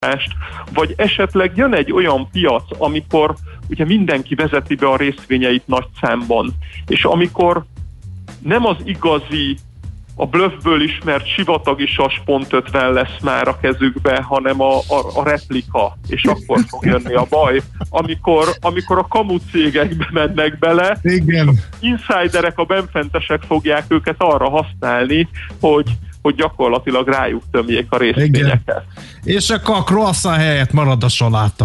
vagy esetleg jön egy olyan piac, amikor ugye mindenki vezeti be a részvényeit nagy számban, és amikor nem az igazi, a bluffből ismert sivatagi saspont 50 lesz már a kezükbe, hanem a replika, és akkor fog jönni a baj, amikor a kamu cégekbe mennek bele, igen. Insiderek, a benfentesek fogják őket arra használni, hogy gyakorlatilag rájuk tömjék a részvényeket. Igen. És akkor a croissant helyett marad a saláta.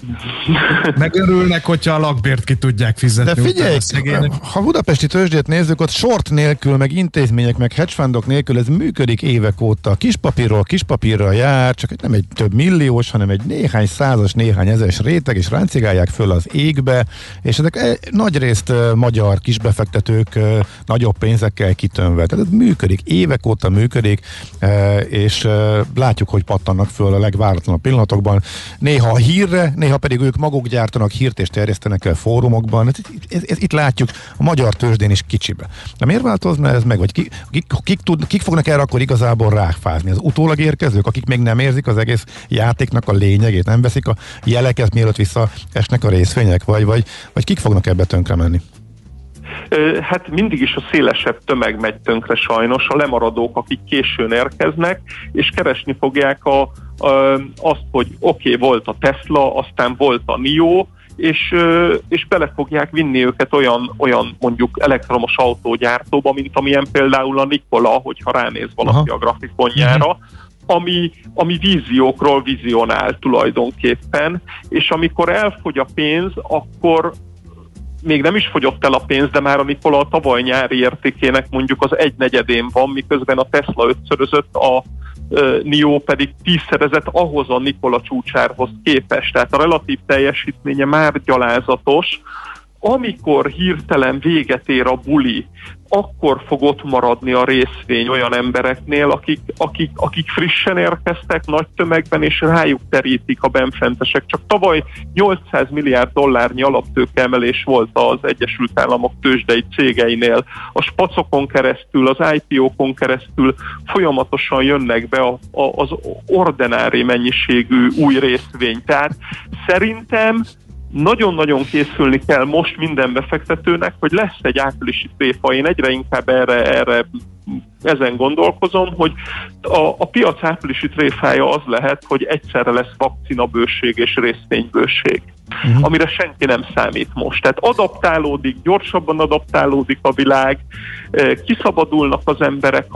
Megörülnek, hogyha a lakbért ki tudják fizetni. De figyelj, ha budapesti tőzsdét nézzük, ott short nélkül, meg intézmények, meg hedgefundok nélkül ez működik évek óta. Kispapírral jár, csak nem egy több milliós, hanem egy néhány százas, néhány ezeres réteg, és ráncigálják föl az égbe, és ezek nagyrészt magyar kisbefektetők nagyobb pénzekkel kitömve. Tehát ez működik, évek óta működik, és látjuk, hogy pattannak föl a legváratlanabb pillanatokban. Néha a hírre, néha pedig ők maguk gyártanak hírt és terjesztenek el fórumokban. Itt látjuk a magyar tőzsdén is kicsibe. De miért változna ez meg? Vagy kik fognak erre akkor igazából ráfázni? Az utólag érkezők, akik még nem érzik az egész játéknak a lényegét, nem veszik a jeleket, mielőtt visszaesnek a részvények? Vagy kik fognak ebbe tönkre menni? Hát mindig is a szélesebb tömeg megy tönkre sajnos, a lemaradók, akik későn érkeznek, és keresni fogják azt, hogy oké, volt a Tesla, aztán volt a NIO, és bele fogják vinni őket olyan mondjuk elektromos autógyártóba, mint amilyen például a Nikola, hogyha ránéz valaki a grafikonjára, ami víziókról vizionál tulajdonképpen, és amikor elfogy a pénz, akkor még nem is fogyott el a pénz, de már a Nikola a tavaly nyári értékének mondjuk az 1/4 van, miközben a Tesla 5-szörözött, a NIO pedig 10-szerezett ahhoz a Nikola csúcsárhoz képest. Tehát a relatív teljesítménye már gyalázatos. Amikor hirtelen véget ér a buli, akkor fog ott maradni a részvény olyan embereknél, akik frissen érkeztek nagy tömegben, és rájuk terítik a benfentesek. Csak tavaly 800 milliárd dollárnyi alaptőkeemelés volt az Egyesült Államok tőzsdei cégeinél. A spacokon keresztül, az IPO-kon keresztül folyamatosan jönnek be az ordinári mennyiségű új részvény. Tehát szerintem nagyon-nagyon készülni kell most minden befektetőnek, hogy lesz egy áprilisi tréfa. Én egyre inkább ezen gondolkozom, hogy a piac áprilisi tréfája az lehet, hogy egyszerre lesz vakcinabőség és részvénybőség, amire senki nem számít most. Tehát adaptálódik, gyorsabban adaptálódik a világ, kiszabadulnak az emberek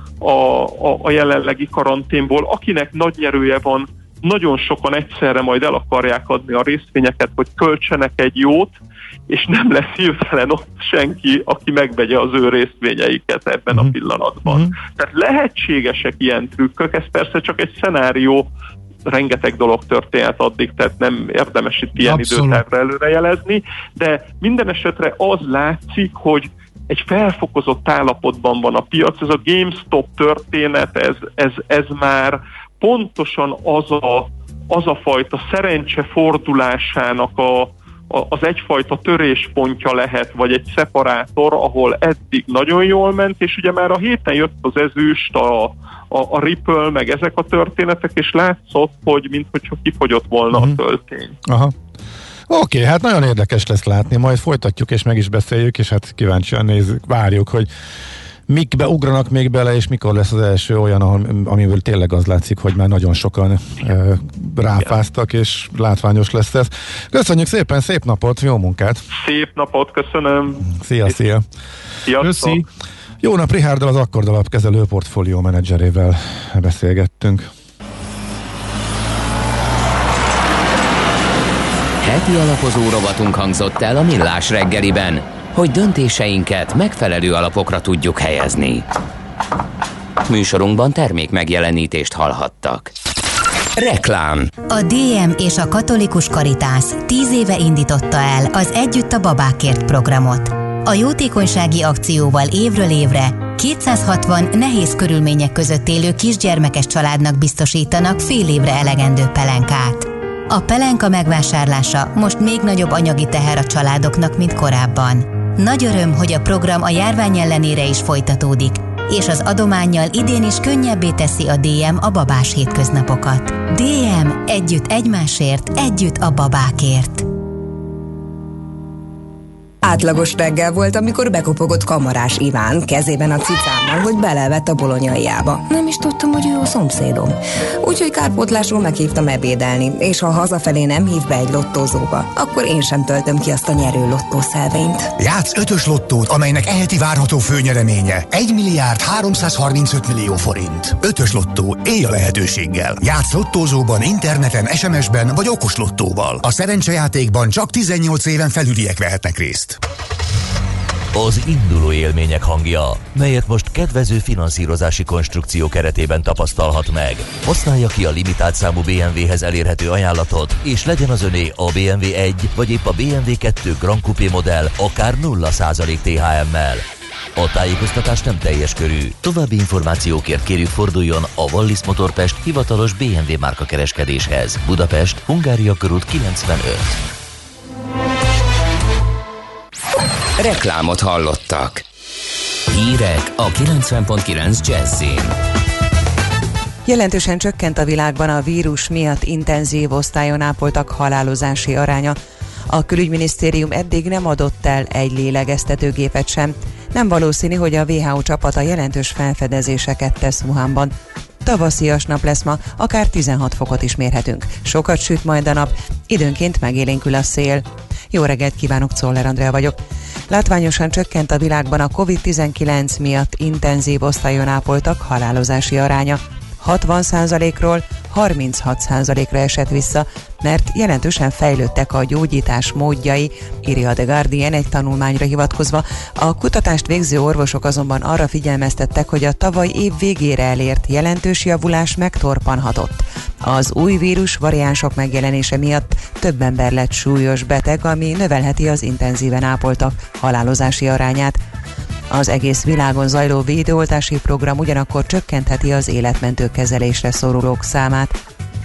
a jelenlegi karanténból, akinek nagy nyerője van, nagyon sokan egyszerre majd el akarják adni a részvényeket, hogy költsenek egy jót, és nem lesz hirtelen ott senki, aki megvegye az ő részvényeiket ebben a pillanatban. Tehát lehetségesek ilyen trükkök, ez persze csak egy szenárió, rengeteg dolog történhet addig, tehát nem érdemes itt ilyen időtávra előrejelezni, de minden esetre az látszik, hogy egy felfokozott állapotban van a piac, ez a GameStop történet, ez már pontosan az a fajta szerencse fordulásának az egyfajta töréspontja lehet, vagy egy szeparátor, ahol eddig nagyon jól ment, és ugye már a héten jött az ezüst, a Ripple, meg ezek a történetek, és látszott, hogy minthogyha kifogyott volna a töltény. Aha. Oké, hát nagyon érdekes lesz látni, majd folytatjuk és meg is beszéljük, és hát kíváncsian nézzük, várjuk, hogy mikbe ugranak még bele, és mikor lesz az első olyan, amiből tényleg az látszik, hogy már nagyon sokan ráfáztak, és látványos lesz ez. Köszönjük szépen, szép napot, jó munkát! Szép napot, köszönöm! Szia! Köszi! Jó nap, Richárddal, az Akkord alapkezelő portfólió menedzserével beszélgettünk. Heti alapozó rovatunk hangzott el a Millás reggeliben, hogy döntéseinket megfelelő alapokra tudjuk helyezni. Műsorunkban termék megjelenítést hallhattak. Reklám. A DM és a Katolikus Karitász 10 éve indította el az Együtt a babákért programot. A jótékonysági akcióval évről évre 260 nehéz körülmények között élő kisgyermekes családnak biztosítanak fél évre elegendő pelenkát. A pelenka megvásárlása most még nagyobb anyagi teher a családoknak, mint korábban. Nagy öröm, hogy a program a járvány ellenére is folytatódik, és az adománnyal idén is könnyebbé teszi a DM a babás hétköznapokat. DM, együtt egymásért, együtt a babákért. Átlagos reggel volt, amikor bekopogott Kamarás Iván kezében a cicámmal, hogy belevett a bolonyaiába. Nem is tudtam, hogy ő a szomszédom. Úgyhogy kárpótlásról meghívtam ebédelni, és ha hazafelé nem hív be egy lottózóba, akkor én sem töltöm ki azt a nyerő lottószelvényt. Játsz 5-ös lottót, amelynek eheti várható főnyereménye 1 milliárd 335 millió forint. 5-ös lottó, élj a lehetőséggel. Játsz lottózóban, interneten, SMS-ben vagy okos lottóval. A szerencsejátékban csak 18 éven felüliek vehetnek részt. Az induló élmények hangja, melyet most kedvező finanszírozási konstrukció keretében tapasztalhat meg. Használja ki a limitált számú BMW-hez elérhető ajánlatot, és legyen az öné a BMW 1 vagy épp a BMW 2 Grand Coupé modell akár 0% THM-mel. A tájékoztatás nem teljes körű. További információkért kérjük forduljon a Wallis Motor Pest hivatalos BMW márka kereskedéshez. Budapest, Hungária körút 95. Reklámot hallottak. Hírek a 90.9 Jazzin. Jelentősen csökkent a világban a vírus miatt intenzív osztályon ápoltak halálozási aránya. A külügyminisztérium eddig nem adott el egy lélegeztetőgépet sem. Nem valószínű, hogy a WHO csapata jelentős felfedezéseket tesz Wuhanban. Tavaszias nap lesz ma, akár 16 fokot is mérhetünk. Sokat süt majd a nap, időnként megélénkül a szél. Jó reggelt kívánok, Czoller Andrea vagyok. Látványosan csökkent a világban a COVID-19 miatt intenzív osztályon ápoltak halálozási aránya. 60%-ról 36%-ra esett vissza, mert jelentősen fejlődtek a gyógyítás módjai, írja a The Guardian egy tanulmányra hivatkozva. A kutatást végző orvosok azonban arra figyelmeztettek, hogy a tavaly év végére elért jelentős javulás megtorpanhatott. Az új vírus variánsok megjelenése miatt több ember lett súlyos beteg, ami növelheti az intenzíven ápoltak halálozási arányát. Az egész világon zajló védőoltási program ugyanakkor csökkentheti az életmentő kezelésre szorulók számát.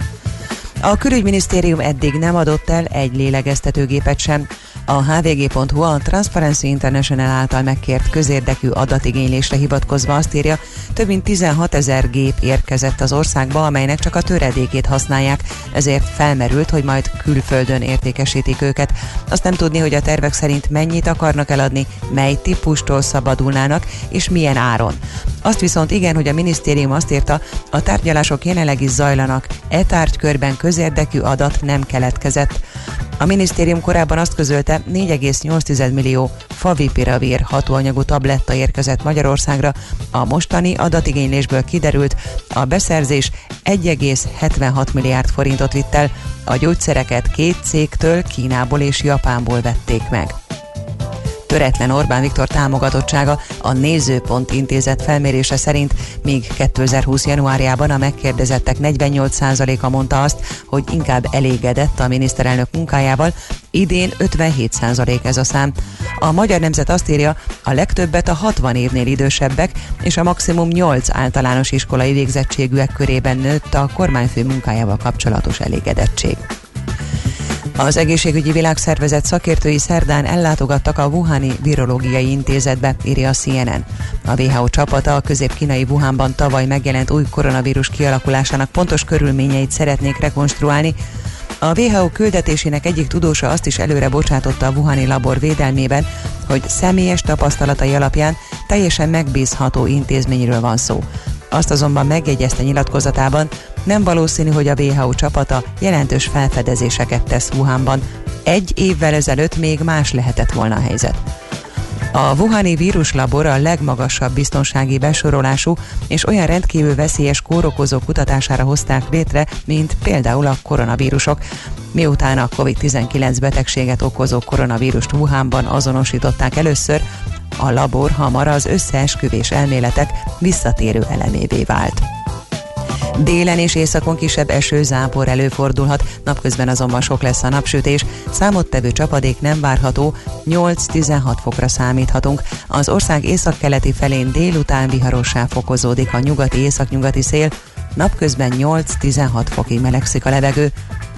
A külügyminisztérium eddig nem adott el egy lélegeztetőgépet sem. A hvg.hu a Transparency International által megkért közérdekű adatigénylésre hivatkozva azt írja, több mint 16 000 gép érkezett az országba, amelynek csak a töredékét használják, ezért felmerült, hogy majd külföldön értékesítik őket. Azt nem tudni, hogy a tervek szerint mennyit akarnak eladni, mely típustól szabadulnának, és milyen áron. Azt viszont igen, hogy a minisztérium azt írta, a tárgyalások jelenleg is zajlanak, tárgykörben közérdekű adat nem keletkezett. A minisztérium korábban azt közölte, 4,8 millió favipiravir hatóanyagú tabletta érkezett Magyarországra. A mostani adatigénylésből kiderült, a beszerzés 1,76 milliárd forintot vitt el, a gyógyszereket 2 cégtől, Kínából és Japánból vették meg. Töretlen Orbán Viktor támogatottsága a Nézőpont intézet felmérése szerint még 2020. januárjában a megkérdezettek 48%-a mondta azt, hogy inkább elégedett a miniszterelnök munkájával, idén 57% ez a szám. A Magyar Nemzet azt írja, a legtöbbet a 60 évnél idősebbek és a maximum 8 általános iskolai végzettségűek körében nőtt a kormányfő munkájával kapcsolatos elégedettség. Az Egészségügyi Világszervezet szakértői szerdán ellátogattak a Wuhani Virológiai Intézetbe, írja a CNN. A WHO csapata a közép-kínai Wuhanban tavaly megjelent új koronavírus kialakulásának pontos körülményeit szeretnék rekonstruálni. A WHO küldetésének egyik tudósa azt is előre bocsátotta a wuhani labor védelmében, hogy személyes tapasztalatai alapján teljesen megbízható intézményről van szó. Azt azonban megjegyezte nyilatkozatában, nem valószínű, hogy a WHO csapata jelentős felfedezéseket tesz Wuhanban. 1 évvel ezelőtt még más lehetett volna a helyzet. A wuhani víruslabor a legmagasabb biztonsági besorolású és olyan rendkívül veszélyes kórokozó kutatására hozták létre, mint például a koronavírusok. Miután a COVID-19 betegséget okozó koronavírust Wuhanban azonosították először, a labor hamar az összeesküvés elméletek visszatérő elemévé vált. Délen és északon kisebb eső, zápor előfordulhat, napközben azonban sok lesz a napsütés, számottevő csapadék nem várható, 8-16 fokra számíthatunk. Az ország északkeleti felén délután viharossá fokozódik a nyugati-északnyugati szél, napközben 8-16 fokig melegszik a levegő.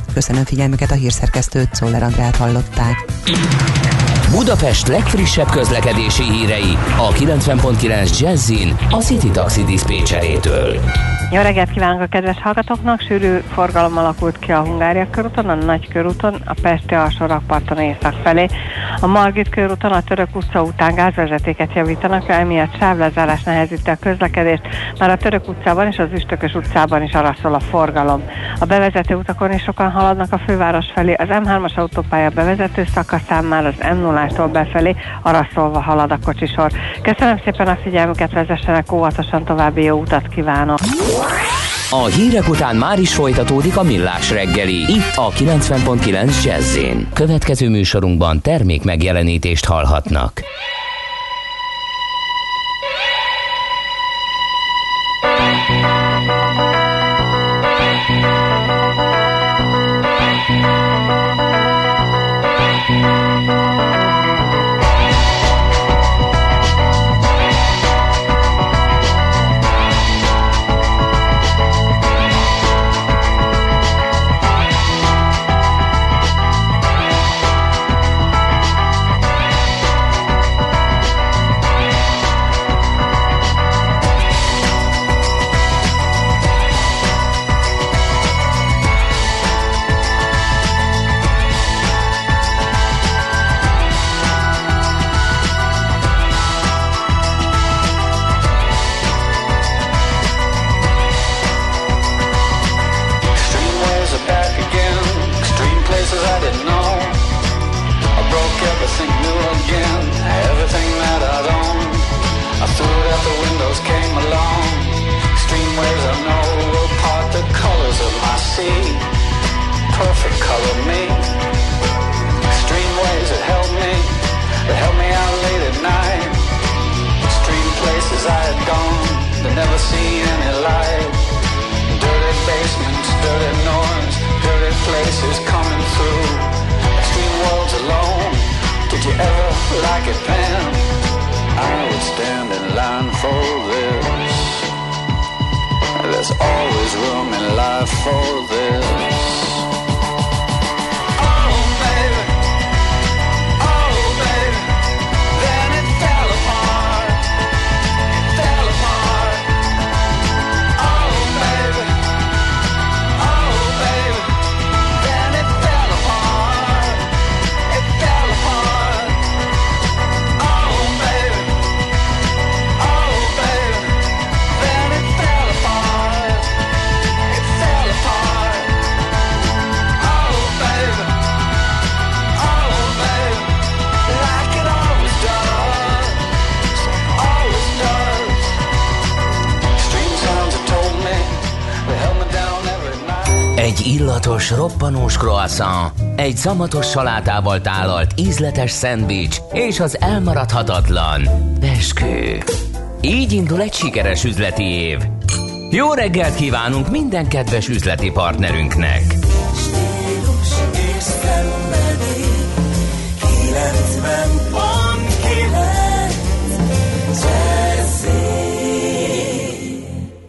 Köszönöm figyelmüket, a hírszerkesztőt, Czoller Andrát hallották. Budapest legfrissebb közlekedési hírei a 90.9 Jazzin a City Taxi diszpécserétől. Jó reggelt kívánok a kedves hallgatóknak! Sűrű forgalom alakult ki a Hungária körúton, a Nagy körúton, a Pesti alsó rakparton észak felé. A Margit körúton a Török utca után gázvezetéket javítanak, emiatt sávlezárás nehezíti a közlekedést. Már a Török utcában és az Üstökös utcában is araszol a forgalom. A bevezető utakon is sokan haladnak a főváros felé. Az M3-as autópálya bevezető szakaszán már az M0-tól befelé araszolva halad a kocsisor. Köszönöm szépen a figyelmüket, vezessenek óvatosan, további jó utat kívánok! A hírek után már is folytatódik a Millás reggeli, itt a 90.9 Jazz-én. Következő műsorunkban termék megjelenítést hallhatnak. Egy illatos, roppanós croissant, egy szamatos salátával tálalt ízletes szendvics és az elmaradhatatlan peskő. Így indul egy sikeres üzleti év. Jó reggelt kívánunk minden kedves üzleti partnerünknek! Stílus és szenvedély, 90.9 Jazzy.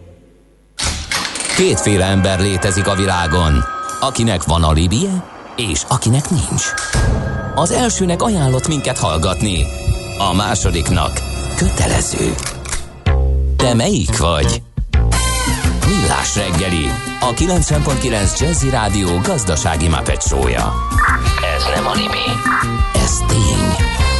Kétféle ember létezik a világon, akinek van alibije, és akinek nincs. Az elsőnek ajánlott minket hallgatni, a másodiknak kötelező. Te melyik vagy? Millás reggeli, a 90.9 Jazzy Rádió gazdasági Muppet show-ja. Ez nem anime, ez tény.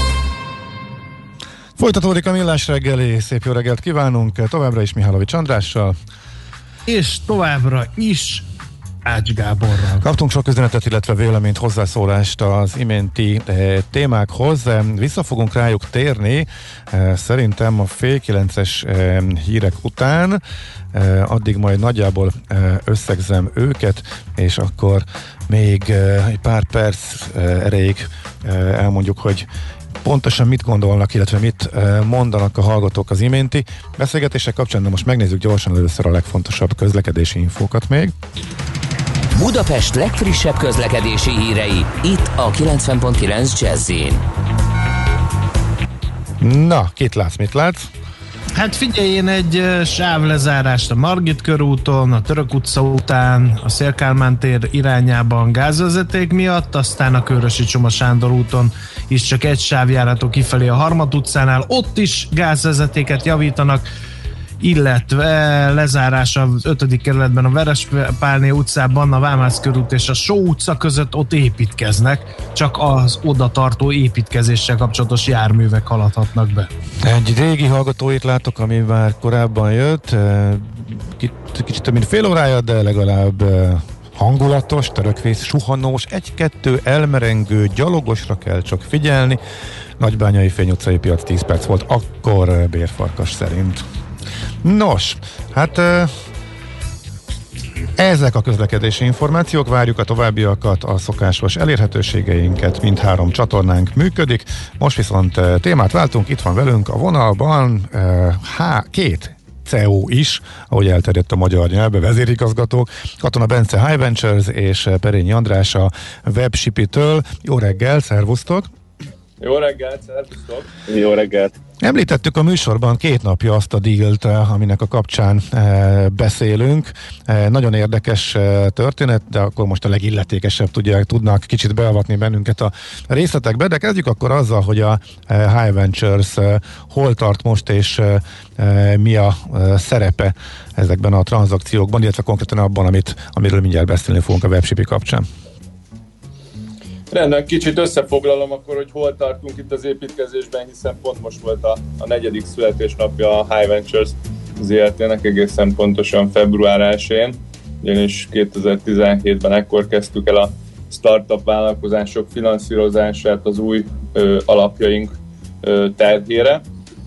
Folytatódik a Millás reggeli, szép jó reggelt kívánunk, továbbra is Mihálovics Andrással. És továbbra is Ács Gáborral. Kaptunk sok üzenetet, illetve véleményt, hozzászólást az iménti témákhoz. Vissza fogunk rájuk térni, szerintem a fél 9-es hírek után. Addig majd nagyjából összegzem őket, és akkor még egy pár perc erejéig elmondjuk, hogy pontosan mit gondolnak, illetve mit mondanak a hallgatók az iménti beszélgetések kapcsán, de most megnézzük gyorsan először a legfontosabb közlekedési infókat még. Budapest legfrissebb közlekedési hírei, itt a 90.9 Jazz-in. Na, kit látsz, mit látsz? Hát figyelj, én egy sávlezárást a Margit körúton, a Török utca után, a Széll-Kálmán tér irányában gázvezeték miatt, aztán a Körösi Csoma Sándor úton is csak egy sávjárható kifelé a Harmat utcánál, ott is gázvezetéket javítanak, illetve lezárás az 5. kerületben a Verespálné utcában, a Vámász körút és a Só utca között, ott építkeznek, csak az oda tartó építkezéssel kapcsolatos járművek haladhatnak be. Egy régi hallgatóit látok, ami már korábban jött, kicsit több mint fél órája, de legalább hangulatos, törökvész, suhanós, 1-2 elmerengő, gyalogosra kell csak figyelni. Nagybányai Fény utcai piac 10 perc volt, akkor bérfarkas szerint. Nos, hát ezek a közlekedési információk, várjuk a továbbiakat, a szokásos elérhetőségeinket, mindhárom csatornánk működik. Most viszont témát váltunk, itt van velünk a vonalban két CEO is, ahogy elterjedt a magyar nyelvbe, vezérigazgatók, Katona Bence High Ventures és Perényi András a Webshipitől. Jó reggel, szervusztok! Jó reggelt, szervusztok! Jó reggelt! Említettük a műsorban 2 napja azt a dílt, aminek a kapcsán beszélünk. Nagyon érdekes történet, de akkor most a legilletékesebb tudnak kicsit beavatni bennünket a részletekbe, de kezdjük akkor azzal, hogy a High Ventures hol tart most, és mi a szerepe ezekben a tranzakciókban, illetve konkrétan abban, amiről mindjárt beszélni fogunk a Webshipi kapcsán. Rendben, kicsit összefoglalom akkor, hogy hol tartunk itt az építkezésben, hiszen pont most volt a 4. születésnapja a High Ventures ZRT-nek, egészen pontosan február 1-én, ugyanis 2017-ben ekkor kezdtük el a startup vállalkozások finanszírozását az új alapjaink terhére,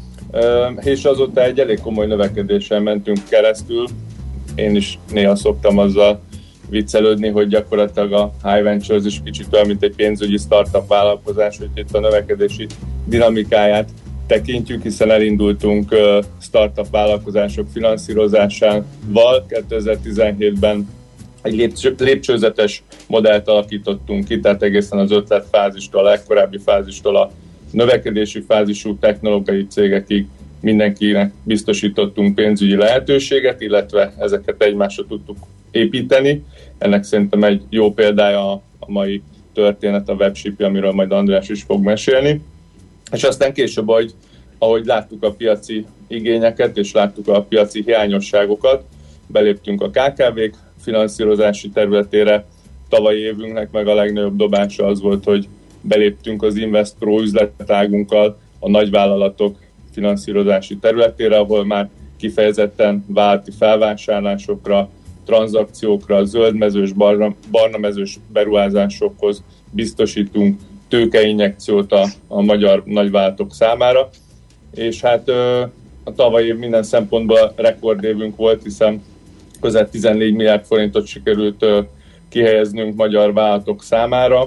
és azóta egy elég komoly növekedéssel mentünk keresztül. Én is néha szoktam azzal viccelődni, hogy gyakorlatilag a High Ventures is kicsit olyan, mint egy pénzügyi startup vállalkozás, hogy itt a növekedési dinamikáját tekintjük, hiszen elindultunk startup vállalkozások finanszírozásával. 2017-ben egy lépcsőzetes modellt alakítottunk ki, tehát egészen az ötletfázistól, a legkorábbi fázistól a növekedési fázisú technológiai cégekig mindenkinek biztosítottunk pénzügyi lehetőséget, illetve ezeket egymásra tudtuk építeni. Ennek szerintem egy jó példája a mai történet, a Webship, amiről majd András is fog mesélni. És aztán később, ahogy láttuk a piaci igényeket, és láttuk a piaci hiányosságokat, beléptünk a KKV-k finanszírozási területére. Tavalyi évünknek meg a legnagyobb dobása az volt, hogy beléptünk az InvestPro üzletágunkkal a nagyvállalatok finanszírozási területére, ahol már kifejezetten vállalati felvásárlásokra, tranzakciókra, zöldmezős, barnamezős beruházásokhoz biztosítunk tőkeinjekciót a magyar nagyvállalatok számára. És hát a tavalyi év minden szempontból rekordévünk volt, hiszen közel 14 milliárd forintot sikerült kihelyeznünk magyar vállalatok számára,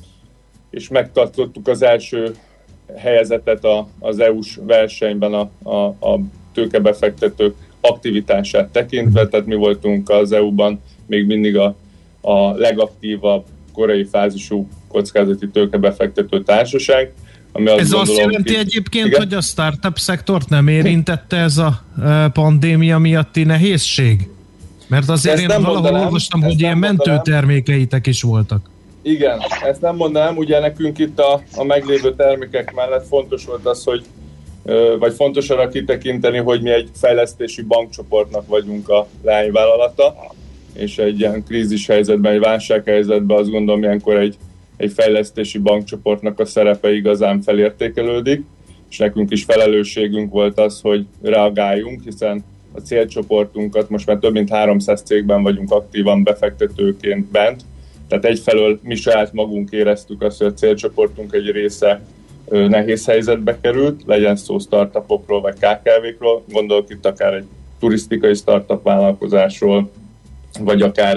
és megtartottuk az első helyezetet az EU-s versenyben a tőkebefektetők aktivitását tekintve, tehát mi voltunk az EU-ban még mindig a legaktívabb korai fázisú kockázati tőkebefektető társaság. Ami ez azt jelenti egyébként, igen? Hogy a startup szektort nem érintette ez a pandémia miatti nehézség? Mert azért én valahol olvastam, hogy ilyen mentőtermékeitek is voltak. Igen, ezt nem mondanám, ugye nekünk itt a meglévő termékek mellett fontos volt az, hogy vagy fontos arra kitekinteni, hogy mi egy fejlesztési bankcsoportnak vagyunk a leányvállalata, és egy ilyen krízis helyzetben, egy válsághelyzetben azt gondolom, ilyenkor egy fejlesztési bankcsoportnak a szerepe igazán felértékelődik, és nekünk is felelősségünk volt az, hogy reagáljunk, hiszen a célcsoportunkat most már több mint 300 cégben vagyunk aktívan befektetőként bent, tehát egyfelől mi saját magunk éreztük azt, hogy a célcsoportunk egy része nehéz helyzetbe került, legyen szó startupokról vagy KKV-król, gondolok itt akár egy turisztikai startup vállalkozásról, vagy akár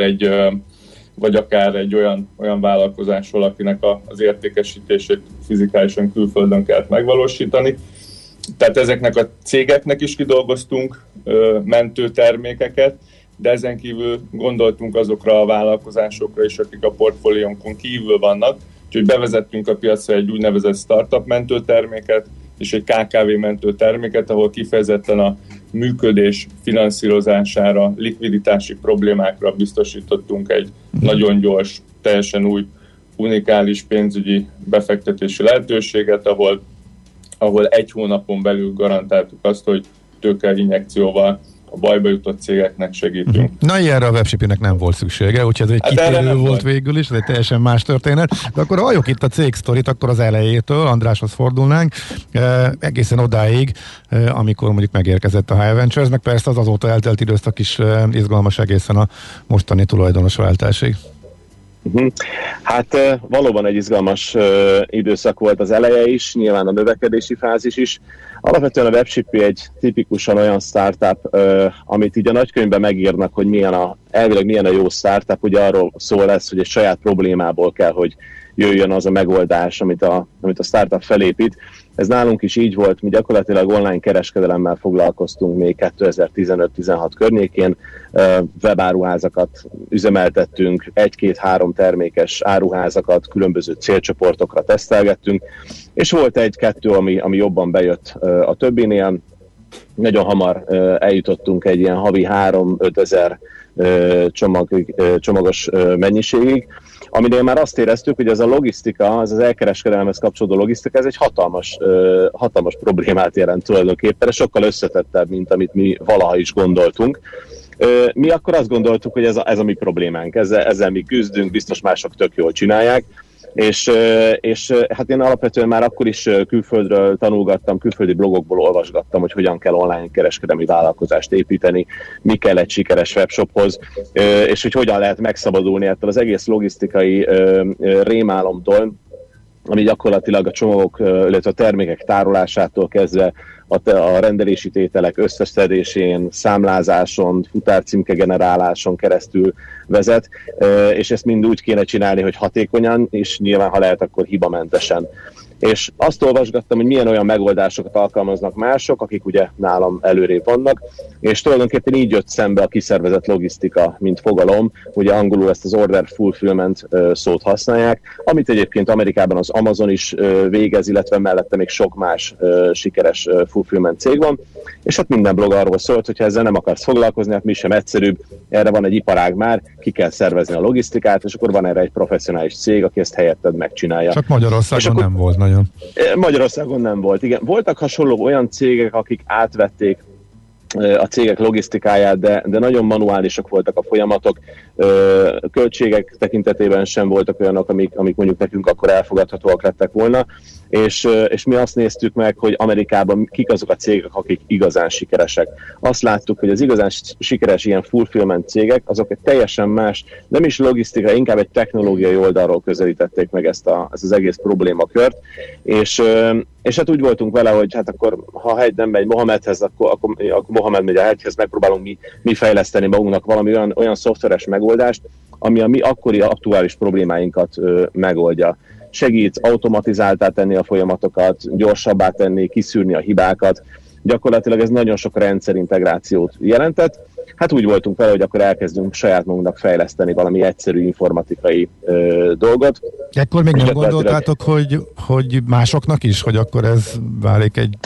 egy olyan vállalkozásról, akinek az értékesítését fizikálisan külföldön kellett megvalósítani. Tehát ezeknek a cégeknek is kidolgoztunk mentő termékeket, de ezen kívül gondoltunk azokra a vállalkozásokra is, akik a portfóliónkon kívül vannak, úgyhogy bevezettünk a piacra egy úgynevezett startup mentőterméket, és egy KKV-mentő terméket, ahol kifejezetten a működés finanszírozására, likviditási problémákra biztosítottunk egy nagyon gyors, teljesen új, unikális pénzügyi befektetési lehetőséget, ahol 1 hónapon belül garantáltuk azt, hogy tőkeinjekcióval a bajba jutott cégeknek segítünk. Na, ilyenre a webshipinek nem volt szüksége, úgyhogy ez egy kitérő volt végül is, ez egy teljesen más történet. De akkor halljuk itt a cégsztorit, akkor az elejétől, Andráshoz fordulnánk, egészen odáig, amikor mondjuk megérkezett a High Ventures, meg persze az azóta eltelt időszak is izgalmas egészen a mostani tulajdonosváltásig. Hát valóban egy izgalmas időszak volt az eleje is, nyilván a növekedési fázis is. Alapvetően a Webshipi egy tipikusan olyan startup, amit így a nagykönyvben megírnak, hogy elvileg milyen a jó startup, ugye arról szól lesz, hogy egy saját problémából kell, hogy jöjjön az a megoldás, amit a startup felépít. Ez nálunk is így volt, mi gyakorlatilag online kereskedelemmel foglalkoztunk még 2015-16 környékén, webáruházakat üzemeltettünk, 1-2-3 termékes áruházakat különböző célcsoportokra tesztelgettünk, és volt 1-2, ami jobban bejött a többinél. Nagyon hamar eljutottunk egy ilyen havi 3-5 ezer csomagos mennyiségig, aminél már azt éreztük, hogy ez a logisztika, az elkereskedelemhez kapcsolódó logisztika, ez egy hatalmas problémát jelent tulajdonképpen, sokkal összetettebb, mint amit mi valaha is gondoltunk. Mi akkor azt gondoltuk, hogy ez a mi problémánk, ezzel mi küzdünk, biztos mások tök jól csinálják, és hát én alapvetően már akkor is külföldről tanulgattam, külföldi blogokból olvasgattam, hogy hogyan kell online kereskedelmi vállalkozást építeni, mi kell egy sikeres webshophoz, és hogy hogyan lehet megszabadulni ettől az egész logisztikai rémálomtól, ami gyakorlatilag a csomagok, illetve a termékek tárolásától kezdve a rendelési tételek összeszedésén, számlázáson, futárcímke generáláson keresztül vezet, és ezt mind úgy kéne csinálni, hogy hatékonyan, és nyilván, ha lehet, akkor hibamentesen. És azt olvasgattam, hogy milyen olyan megoldásokat alkalmaznak mások, akik ugye nálam előrébb vannak, és tulajdonképpen így jött szembe a kiszervezett logisztika, mint fogalom, ugye angolul ezt az order fulfillment szót használják, amit egyébként Amerikában az Amazon is végez, illetve mellette még sok más sikeres fulfillment cég van, és hát minden blog arról szólt, hogy ha ezzel nem akarsz foglalkozni, hát mi sem egyszerűbb, erre van egy iparág már, ki kell szervezni a logisztikát, és akkor van erre egy professzionális cég, aki ezt helyetted megcsinálja. Csak Magyarországon nem volt nagyon. Magyarországon nem volt, igen. Voltak hasonló olyan cégek, akik átvették a cégek logisztikáját, de nagyon manuálisak voltak a folyamatok, költségek tekintetében sem voltak olyanok, amik mondjuk nekünk akkor elfogadhatóak lettek volna, és mi azt néztük meg, hogy Amerikában kik azok a cégek, akik igazán sikeresek. Azt láttuk, hogy az igazán sikeres ilyen fulfillment cégek, azok egy teljesen más, nem is logisztika, inkább egy technológiai oldalról közelítették meg ezt az egész problémakört, és hát úgy voltunk vele, hogy hát akkor, ha a hegy nem megy Mohamedhez, akkor Mohamed megy a hegyhez, megpróbálunk mi fejleszteni magunknak valami olyan szoftveres megoldást, ami a mi akkori aktuális problémáinkat megoldja. Segít automatizáltá tenni a folyamatokat, gyorsabbá tenni, kiszűrni a hibákat. Gyakorlatilag ez nagyon sok rendszerintegrációt jelentett. Hát úgy voltunk vele, hogy akkor elkezdünk saját magunknak fejleszteni valami egyszerű informatikai dolgot. Ekkor még nem gondoltátok, hogy másoknak is, hogy akkor ez válik egy...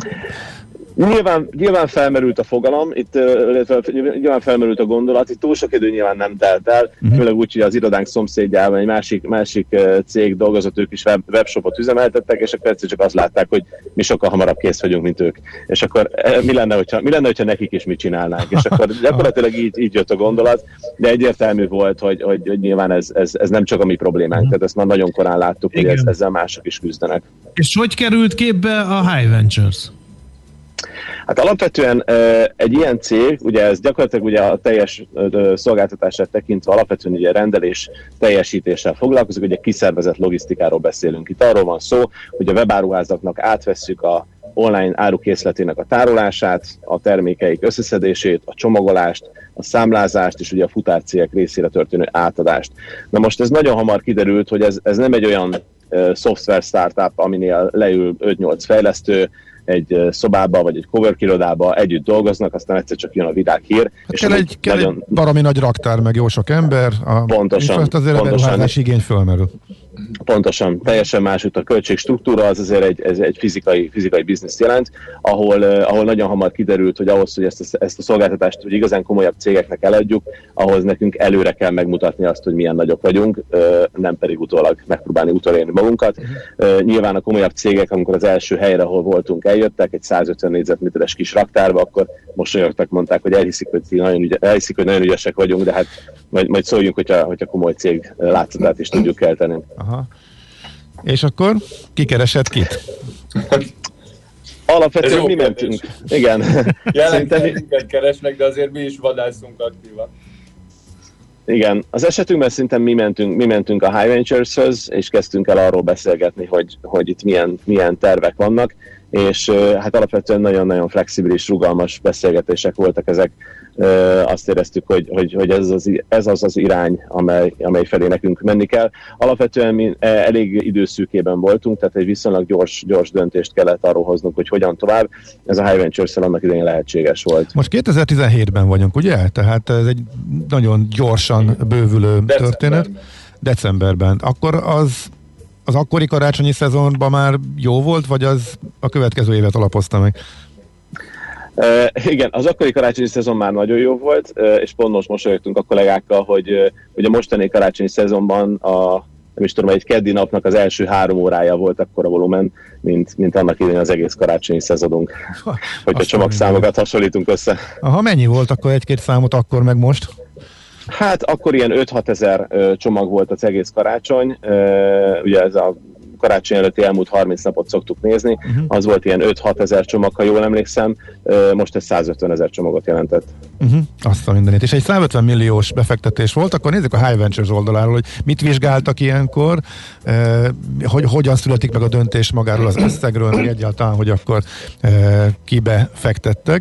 Nyilván felmerült a fogalom, nyilván felmerült a gondolat, itt túl sok idő nyilván nem telt el, főleg úgy, hogy az irodánk szomszédjában egy másik cég dolgozott, ők is webshopot üzemeltettek, és akkor egyszer csak azt látták, hogy mi sokkal hamarabb kész vagyunk, mint ők. És akkor mi lenne, hogyha nekik is mit csinálnánk? És akkor gyakorlatilag így jött a gondolat, de egyértelmű volt, hogy nyilván ez nem csak a mi problémánk, tehát ezt már nagyon korán láttuk, hogy ezzel mások is küzdenek. És hogy került képbe a High Ventures? Hát alapvetően egy ilyen cég, ugye ez gyakorlatilag ugye a teljes szolgáltatását tekintve alapvetően ugye rendelés teljesítéssel foglalkozik, ugye kiszervezett logisztikáról beszélünk. Itt arról van szó, hogy a webáruházaknak átvesszük a online árukészletének a tárolását, a termékeik összeszedését, a csomagolást, a számlázást és ugye a futárcégek részére történő átadást. Na most ez nagyon hamar kiderült, hogy ez nem egy olyan szoftver startup, aminél leül 5-8 fejlesztő, egy szobába, vagy egy cowork irodába együtt dolgoznak, aztán egyszer csak jön a vidák hír. És kell egy baromi nagy raktár, meg jó sok ember, pontosan, és azért a beruházás igény fölmerül. Pontosan, teljesen más a költségstruktúra, az azért egy fizikai bizniszt jelent, ahol nagyon hamar kiderült, hogy ahhoz, hogy ezt a szolgáltatást hogy igazán komolyabb cégeknek eladjuk, ahhoz nekünk előre kell megmutatni azt, hogy milyen nagyok vagyunk, nem pedig utólag megpróbálni utolérni magunkat. Nyilván a komolyabb cégek, amikor az első helyre, ahol voltunk, eljöttek egy 150 négyzetméteres kis raktárba, akkor mosolyogtak, mondták, hogy elhiszik, hogy nagyon ügyesek vagyunk, de hát majd szóljunk, hogyha komoly cég látszatát is tudjuk kelteni. Aha. És akkor kikeresett kit? Alapvetően mi mentünk. Igen. Jelenleg keresnek, de azért mi is vadászunk aktívan. Igen, az esetünkben szintén mi mentünk a High Ventures-höz, és kezdtünk el arról beszélgetni, hogy itt milyen tervek vannak, és hát alapvetően nagyon-nagyon flexibilis, rugalmas beszélgetések voltak ezek. Azt éreztük, hogy ez az irány, amely felé nekünk menni kell. Alapvetően mi elég időszűkében voltunk, tehát egy viszonylag gyors döntést kellett arról hoznunk, hogy hogyan tovább. Ez a High Ventures-szel annak idején lehetséges volt. Most 2017-ben vagyunk, ugye? Tehát ez egy nagyon gyorsan bővülő történet. Decemberben. Akkor az akkori karácsonyi szezonban már jó volt, vagy az a következő évet alapozta meg? Igen, az akkori karácsonyi szezon már nagyon jó volt, és pont most mosolyogtunk a kollégákkal, hogy a mostani karácsonyi szezonban nem is tudom, egy keddi napnak az első 3 órája volt akkora volumen, mint annak idején az egész karácsonyi szezonunk, hogyha csomagszámokat hasonlítunk össze. Aha, mennyi volt akkor egy-két számot akkor meg most? Hát akkor ilyen 5-6 ezer csomag volt az egész karácsony, ugye ez a karácsony előtti elmúlt 30 napot szoktuk nézni, az volt ilyen 5-6 ezer csomag, ha jól emlékszem, most ez 150 ezer csomagot jelentett. Azt a mindenit. És egy 150 milliós befektetés volt, akkor nézzük a High Ventures oldaláról, hogy mit vizsgáltak ilyenkor, hogy hogyan születik meg a döntés magáról az összegről, meg egyáltalán, hogy akkor kibe fektettek.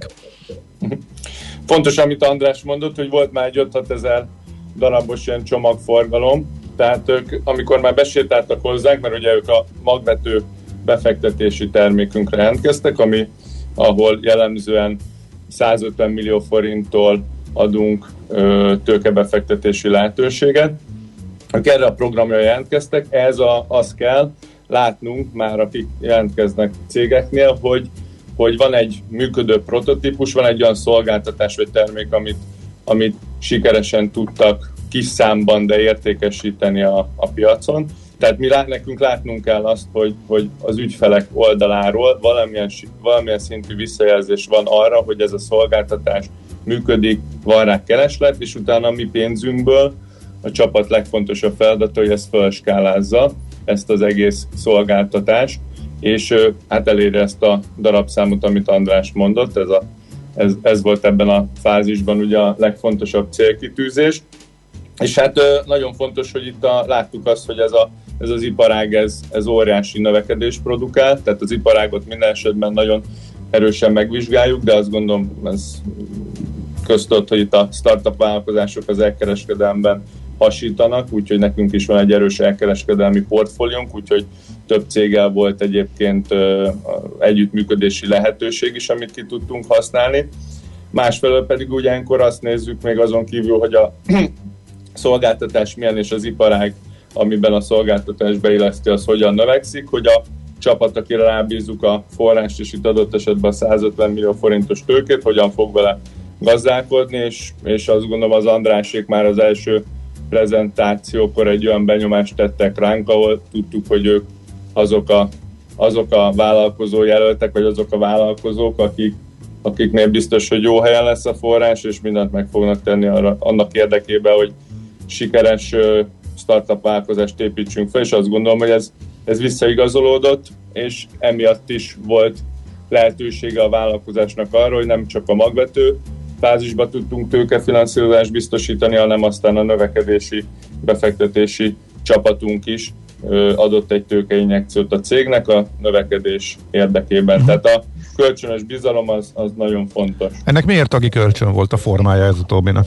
Fontos, amit András mondott, hogy volt már egy 5-6 ezer darabos ilyen csomagforgalom, tehát ők, amikor már besétáltak hozzánk, mert ugye ők a magvető befektetési termékünkre jelentkeztek, ahol jellemzően 150 millió forinttól adunk tőkebefektetési lehetőséget. Ők erre a programra jelentkeztek, az kell látnunk már, akik jelentkeznek cégeknél, hogy van egy működő prototípus, van egy olyan szolgáltatás vagy termék, amit sikeresen tudtak kis számban, de értékesíteni a piacon. Tehát nekünk látnunk kell azt, hogy az ügyfelek oldaláról valamilyen szintű visszajelzés van arra, hogy ez a szolgáltatás működik, van rá kereslet, és utána a mi pénzünkből a csapat legfontosabb feladata, hogy ezt felskálázza, ezt az egész szolgáltatást, és hát elérje ezt a darabszámot, amit András mondott, ez volt ebben a fázisban ugye a legfontosabb célkitűzés. És hát nagyon fontos, hogy itt láttuk azt, hogy ez az iparág, ez óriási növekedés produkál, tehát az iparágot minden esetben nagyon erősen megvizsgáljuk, de azt gondolom, ez köztudott, hogy itt a startup vállalkozások az elkereskedelemben hasítanak, úgyhogy nekünk is van egy erős elkereskedelmi portfóliónk, úgyhogy több céggel volt egyébként együttműködési lehetőség is, amit ki tudtunk használni. Másfelől pedig ugyankor azt nézzük még azon kívül, hogy a szolgáltatás milyen és az iparág, amiben a szolgáltatás beilleszti, az hogyan növekszik, hogy a csapat, akire rábízzuk a forrást, és itt adott esetben a 150 millió forintos tőkét, hogyan fog vele gazdálkodni, és azt gondolom az Andrásék már az első prezentációkor egy olyan benyomást tettek ránk, ahol tudtuk, hogy ők azok a vállalkozó jelöltek, vagy azok a vállalkozók, akiknél biztos, hogy jó helyen lesz a forrás, és mindent meg fognak tenni annak érdekében, hogy sikeres startup vállalkozást építsünk fel, és azt gondolom, hogy ez visszaigazolódott, és emiatt is volt lehetősége a vállalkozásnak arra, hogy nem csak a magvető fázisba tudtunk tőkefinanszírozást biztosítani, hanem aztán a növekedési, befektetési csapatunk is adott egy tőkeinjekciót a cégnek a növekedés érdekében. Tehát a kölcsönös bizalom az nagyon fontos. Ennek miért tagi kölcsön volt a formája ez utóbbinak?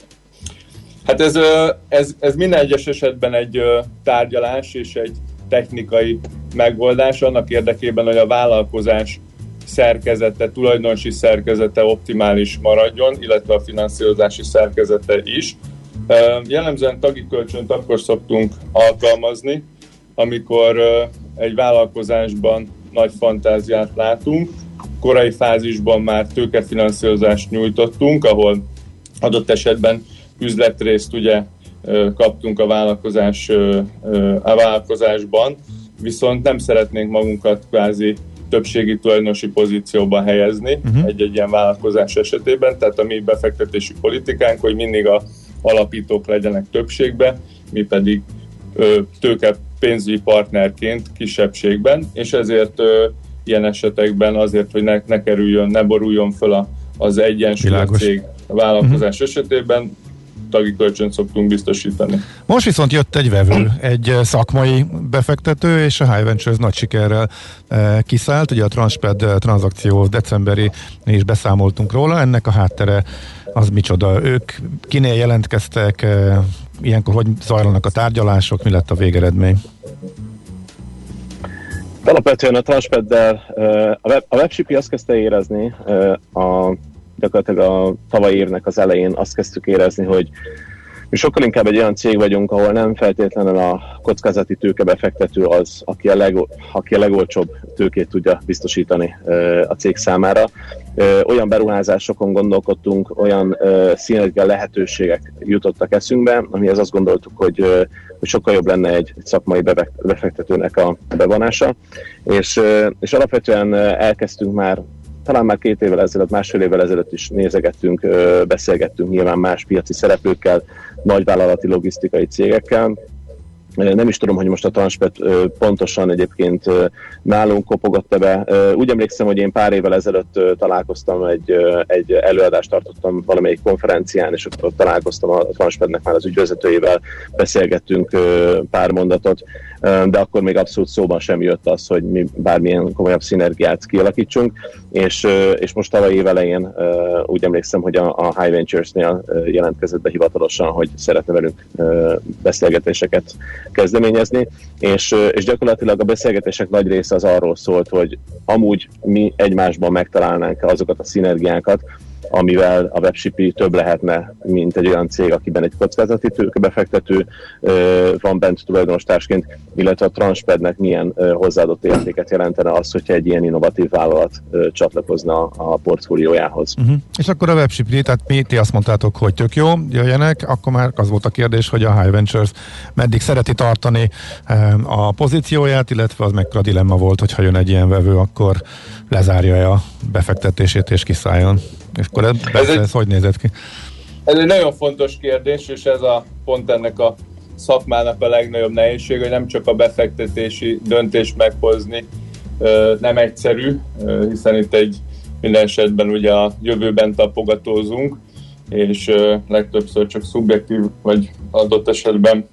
Hát ez minden egyes esetben egy tárgyalás és egy technikai megoldás annak érdekében, hogy a vállalkozás szerkezete, tulajdonosi szerkezete optimális maradjon, illetve a finanszírozási szerkezete is. Jellemzően tagi kölcsönt akkor szoktunk alkalmazni, amikor egy vállalkozásban nagy fantáziát látunk, korai fázisban már tőkefinanszírozást nyújtottunk, ahol adott esetben üzletrészt ugye kaptunk a vállalkozásban, viszont nem szeretnénk magunkat kvázi többségi tulajdonosi pozícióba helyezni egy-egy ilyen vállalkozás esetében, tehát a mi befektetési politikánk, hogy mindig a alapítók legyenek többségben, mi pedig tőke pénzügyi partnerként kisebbségben, és ezért ilyen esetekben azért, hogy ne boruljon föl az egyensúly a cég a vállalkozás esetében, tagi kölcsönt szoktunk biztosítani. Most viszont jött egy vevő, egy szakmai befektető, és a High Ventures nagy sikerrel kiszállt. Ugye a Transped tranzakció decemberi is beszámoltunk róla. Ennek a háttere az micsoda? Ők kinél jelentkeztek, ilyenkor hogy zajlanak a tárgyalások, mi lett a végeredmény? Alapvetően a Transpeddel a WebShippy azt kezdte érezni, gyakorlatilag a tavalyi évnek az elején azt kezdtük érezni, hogy mi sokkal inkább egy olyan cég vagyunk, ahol nem feltétlenül a kockázati tőkebefektető az, aki a legolcsóbb tőkét tudja biztosítani a cég számára. Olyan beruházásokon gondolkodtunk, olyan szinergia lehetőségek jutottak eszünkbe, amihez azt gondoltuk, hogy sokkal jobb lenne egy szakmai befektetőnek a bevonása. És alapvetően elkezdtünk talán már 2 évvel ezelőtt, másfél évvel ezelőtt is nézegettünk, beszélgettünk nyilván más piaci szereplőkkel, nagyvállalati logisztikai cégekkel. Nem is tudom, hogy most a Transped pontosan egyébként nálunk kopogott be. Úgy emlékszem, hogy én pár évvel ezelőtt találkoztam, egy előadást tartottam valamelyik konferencián, és ott találkoztam a Transpednek már az ügyvezetőjével, beszélgettünk pár mondatot, de akkor még abszolút szóban sem jött az, hogy mi bármilyen komolyabb szinergiát kialakítsunk, és most tavaly év elején úgy emlékszem, hogy a High Ventures-nél jelentkezett be hivatalosan, hogy szeretne velünk beszélgetéseket kezdeményezni, és gyakorlatilag a beszélgetések nagy része az arról szólt, hogy amúgy mi egymásban megtalálnánk azokat a szinergiákat, amivel a WebShippy több lehetne, mint egy olyan cég, akiben egy kockázati tőkebefektető van bent tulajdonostársként, illetve a Transpednek milyen hozzáadott értéket jelentene az, hogyha egy ilyen innovatív vállalat csatlakozna a portfóliójához. És akkor a WebShippy, tehát ti azt mondtátok, hogy tök jó, jöjjenek, akkor már az volt a kérdés, hogy a High Ventures meddig szereti tartani a pozícióját, illetve az mekkora dilemma volt, hogyha jön egy ilyen vevő, akkor lezárja a befektetését és kiszálljon. És akkor ez hogy nézett ki? Ez egy nagyon fontos kérdés, és ez pont ennek a szakmának a legnagyobb nehézség, hogy nem csak a befektetési döntést meghozni nem egyszerű, hiszen itt minden esetben ugye a jövőben tapogatózunk, és legtöbbször csak szubjektív, vagy adott esetben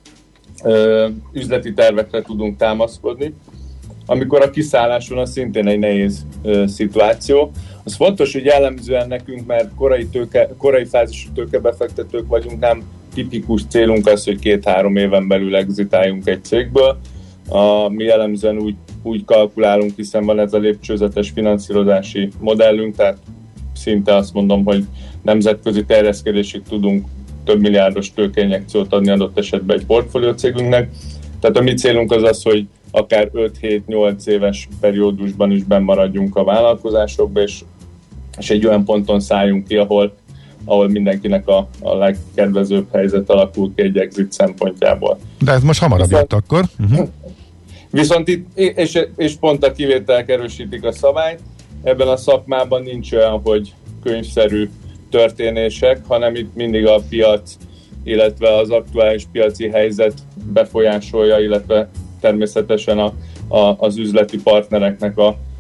üzleti tervekre tudunk támaszkodni. Amikor a kiszállás van, az szintén egy nehéz szituáció. Az fontos, hogy jellemzően nekünk, mert korai fázisú tőkebefektetők vagyunk, nem tipikus célunk az, hogy 2-3 éven belül exitáljunk egy cégből. Mi jellemzően úgy kalkulálunk, hiszen van ez a lépcsőzetes finanszírozási modellünk, tehát szinte azt mondom, hogy nemzetközi terjeszkedésig tudunk több milliárdos tőkeinjekciót adni adott esetben egy portfólió cégünknek. Tehát a mi célunk az, hogy akár 5-7-8 éves periódusban is bennmaradjunk a vállalkozásokba, és egy olyan ponton szálljunk ki, ahol mindenkinek a legkedvezőbb helyzet alakul ki egy exit szempontjából. De ez most hamarabb jött akkor. Viszont itt, és pont a kivételek erősítik a szabályt, ebben a szakmában nincs olyan, hogy könyvszerű történések, hanem itt mindig a piac, illetve az aktuális piaci helyzet befolyásolja, illetve természetesen az üzleti partnereknek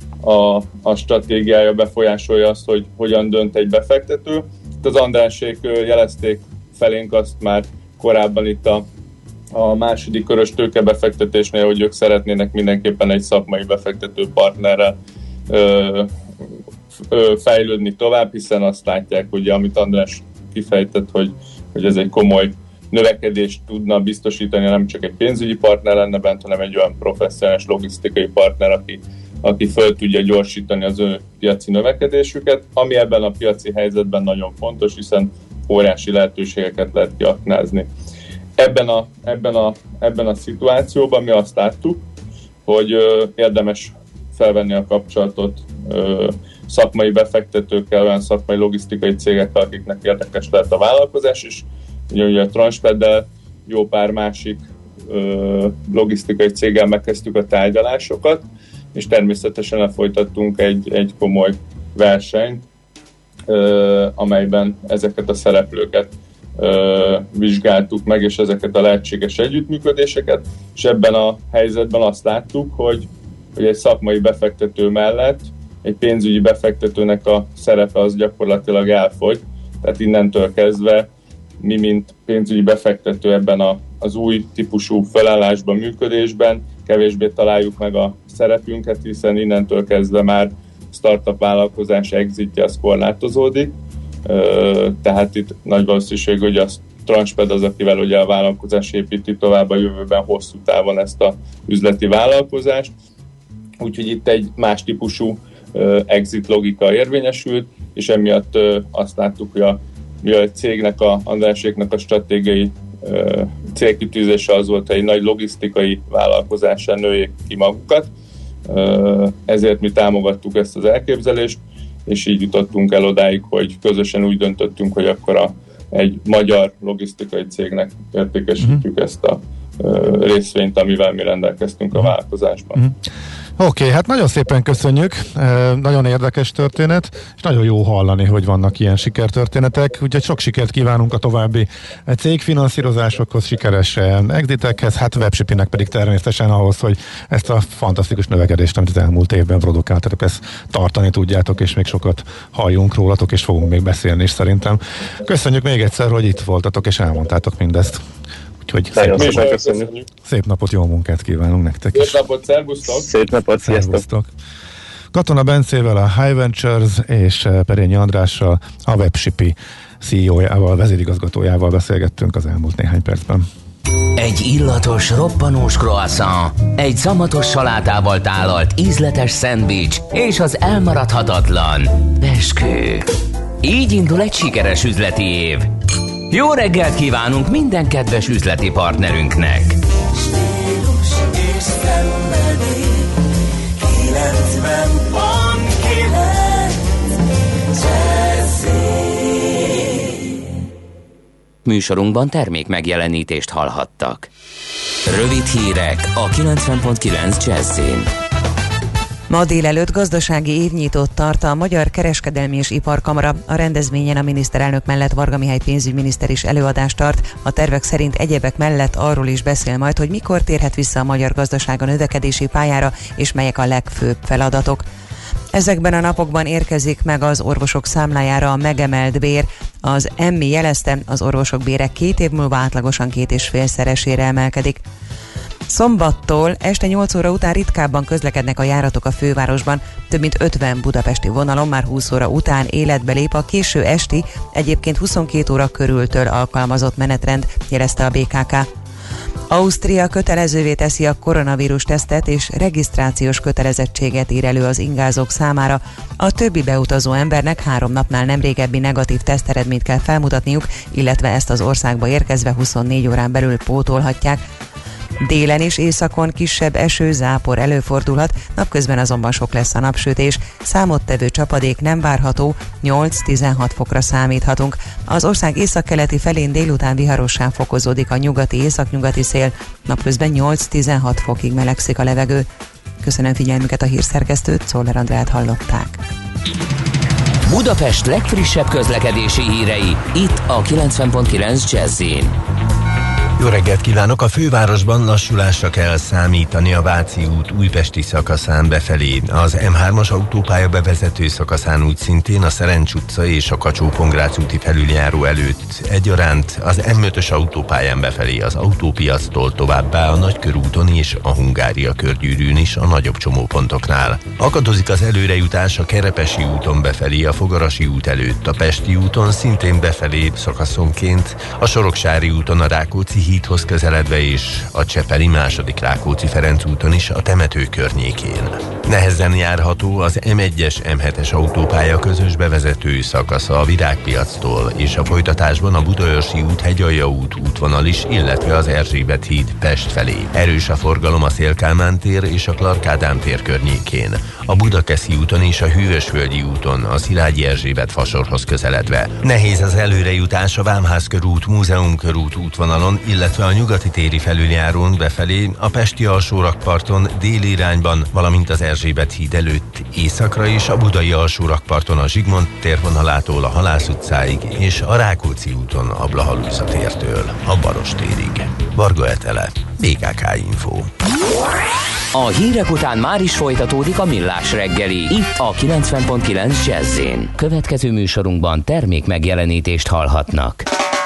a stratégiája befolyásolja azt, hogy hogyan dönt egy befektető. Itt az Andrásék jelezték felénk azt már korábban itt a második körös tőkebefektetésnél, hogy ők szeretnének mindenképpen egy szakmai befektető partnerrel fejlődni tovább, hiszen azt látják, hogy amit András kifejtett, hogy ez egy komoly növekedést tudna biztosítani, nem csak egy pénzügyi partner lenne bent, hanem egy olyan professzionális logisztikai partner, aki föl tudja gyorsítani az ő piaci növekedésüket, ami ebben a piaci helyzetben nagyon fontos, hiszen óriási lehetőségeket lehet kiaknázni. ebben a szituációban mi azt láttuk, hogy érdemes felvenni a kapcsolatot szakmai befektetőkkel, olyan szakmai logisztikai cégekkel, akiknek érdekes lehet a vállalkozás, és ugye a Transpeddel jó pár másik logisztikai céggel megkezdtük a tárgyalásokat, és természetesen lefolytattunk egy komoly versenyt, amelyben ezeket a szereplőket vizsgáltuk meg, és ezeket a lehetséges együttműködéseket, és ebben a helyzetben azt láttuk, hogy egy szakmai befektető mellett egy pénzügyi befektetőnek a szerepe az gyakorlatilag elfogy, tehát innentől kezdve mi, mint pénzügyi befektető ebben az új típusú felállásban, működésben kevésbé találjuk meg a szerepünket, hiszen innentől kezdve már startup vállalkozás exitje az korlátozódik, tehát itt nagy valószínűség, hogy a Transped az, akivel ugye a vállalkozás építi tovább a jövőben hosszú távon ezt a üzleti vállalkozást, úgyhogy itt egy más típusú exit logika érvényesült, és emiatt azt láttuk, hogy a cégnek, Andráséknak a stratégiai célkitűzése az volt, hogy egy nagy logisztikai vállalkozással nőjék ki magukat, ezért mi támogattuk ezt az elképzelést, és így jutottunk el odáig, hogy közösen úgy döntöttünk, hogy akkor egy magyar logisztikai cégnek értékesítjük ezt a részvényt, amivel mi rendelkeztünk a vállalkozásban. Oké, hát nagyon szépen köszönjük, nagyon érdekes történet, és nagyon jó hallani, hogy vannak ilyen sikertörténetek, úgyhogy sok sikert kívánunk a további cégfinanszírozásokhoz, sikeres exitekhez, hát a Webshippingnek pedig természetesen ahhoz, hogy ezt a fantasztikus növekedést, amit az elmúlt évben produkáltatok, ezt tartani tudjátok, és még sokat halljunk rólatok, és fogunk még beszélni is szerintem. Köszönjük még egyszer, hogy itt voltatok, és elmondtátok mindezt. Szép napot, jó munkát kívánunk nektek is. Szép napot, szervusztok! Szép napot, sziasztok! Katona Bencével, a High Ventures és Perényi Andrással, a Webshippy CEO-jával, vezérigazgatójával beszélgettünk az elmúlt néhány percben. Egy illatos, roppanós croissant, egy szamatos salátával tálalt ízletes szendvics és az elmaradhatatlan beskő. Így indul egy sikeres üzleti év. Jó reggelt kívánunk minden kedves üzleti partnerünknek! Stílus és szenvedély, 90.9 Jazzy. Műsorunkban termék megjelenítést hallhattak. Rövid hírek a 90.9 Jazzyn. Ma délelőtt gazdasági évnyitót tart a Magyar Kereskedelmi és Iparkamara. A rendezvényen a miniszterelnök mellett Varga Mihály pénzügyminiszter is előadást tart. A tervek szerint egyebek mellett arról is beszél majd, hogy mikor térhet vissza a magyar gazdaság a növekedési pályára, és melyek a legfőbb feladatok. Ezekben a napokban érkezik meg az orvosok számlájára a megemelt bér. Az MI jelezte, az orvosok bére 2 év múlva átlagosan 2,5-szeresére emelkedik. Szombattól este 8 óra után ritkábban közlekednek a járatok a fővárosban. Több mint 50 budapesti vonalon már 20 óra után életbe lép a késő esti, egyébként 22 óra körültől alkalmazott menetrend, jelezte a BKK. Ausztria kötelezővé teszi a koronavírus tesztet és regisztrációs kötelezettséget ír elő az ingázók számára. A többi beutazó embernek 3 napnál nem régebbi negatív teszteredményt kell felmutatniuk, illetve ezt az országba érkezve 24 órán belül pótolhatják. Délen és északon kisebb eső, zápor előfordulhat, napközben azonban sok lesz a napsütés. Számottevő csapadék nem várható, 8-16 fokra számíthatunk. Az ország északkeleti felén délután viharossá fokozódik a nyugati északnyugati szél, napközben 8-16 fokig melegszik a levegő. Köszönöm figyelmüket, a hírszerkesztőt, Czoller Andrát hallották. Budapest legfrissebb közlekedési hírei, itt a 90.9 Jazzyn. Jó reggelt kívánok! A fővárosban lassulásra kell számítani a Váci út újpesti szakaszán befelé. Az M3-as autópálya bevezető szakaszán úgy szintén a Szerencs utca és a Kacsó-Pongrác úti felüljáró előtt egyaránt, az M5-ös autópályán befelé az autópiactól továbbá a Nagykörúton és a Hungária körgyűrűn is a nagyobb csomópontoknál. Akadozik az előrejutás a Kerepesi úton befelé a Fogarasi út előtt, a Pesti úton szintén befelé szakaszonként, a Soroksári úton a Rákóczi hídhoz közeledve és a Csepeli második Rákóczi-Ferenc úton is a temető környékén. Nehezen járható az M1-es, M7-es autópálya közös bevezető szakasza a Virágpiactól, és a folytatásban a Budaörsi út, Hegyalja út útvonal is, illetve az Erzsébet híd Pest felé. Erős a forgalom a Széll-Kálmán tér és a Clark Ádám tér környékén. A Budakeszi úton és a Hűvösvölgyi úton a Szilágyi Erzsébet fasorhoz közeledve. Nehéz az előrejutás a Vámház körút, Múzeum körút útvonalon, illetve a Nyugati téri felüljárón befelé, a Pesti alsórakparton déli irányban, valamint az Erzsébet híd előtt északra is, a Budai alsórakparton a Zsigmond térvonalától a Halász utcáig, és a Rákóczi úton a Blaha-Lujza tértől a Baros térig. Varga Etele, BKK Info. A hírek után már is folytatódik a Millás reggeli, itt a 90.9 Jazz-én. Következő műsorunkban termék megjelenítést hallhatnak.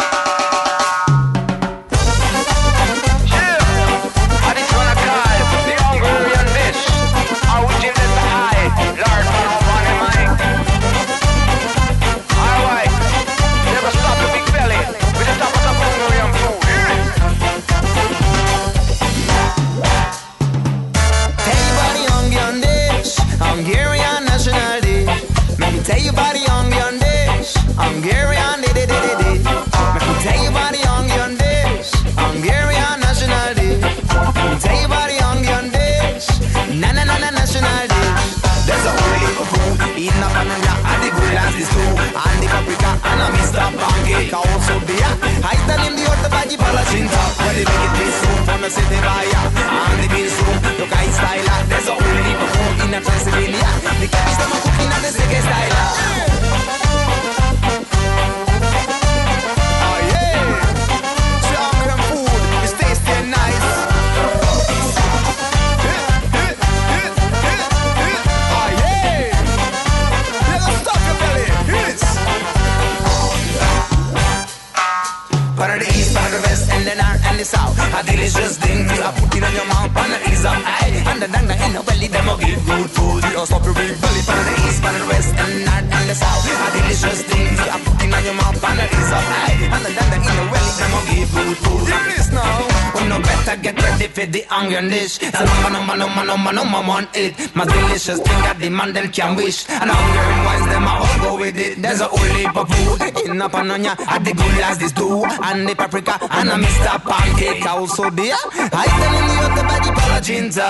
Tell you about the Hungarian dish, Hungarian dish. Make me tell you about the Hungarian dish, Hungarian national dish. Make me tell you about the Hungarian dish, na national dish. There's a whole heap of food, eating up on the rock, and the good as the stew, and the paprika, and a Mr. Pancake, also beer. I tell him the other body palachinta, where they make it this soup on the city fire, and the bean soup, look I style. There's a whole heap of food in Transylvania, the catch them a cooking and the sticky style. A delicious thing, I put it on your mouth, and it is up high. And the dang in the belly, them will give good food. You stop your big belly, pan the east, pan the west, and north, and the south. A delicious thing, I put it on your mouth, and it is up high. And the dang in the belly, them will give good food. Hear this now. We no better get ready for the Hungarian dish. So number one it. My delicious thing that the man them can wish. And Hungarian wines, them all go with it. There's a whole heap of food in a panonia, at the good as this too, and the paprika, and a Mr. Pancake. Also there, I tell him the other body palachinta.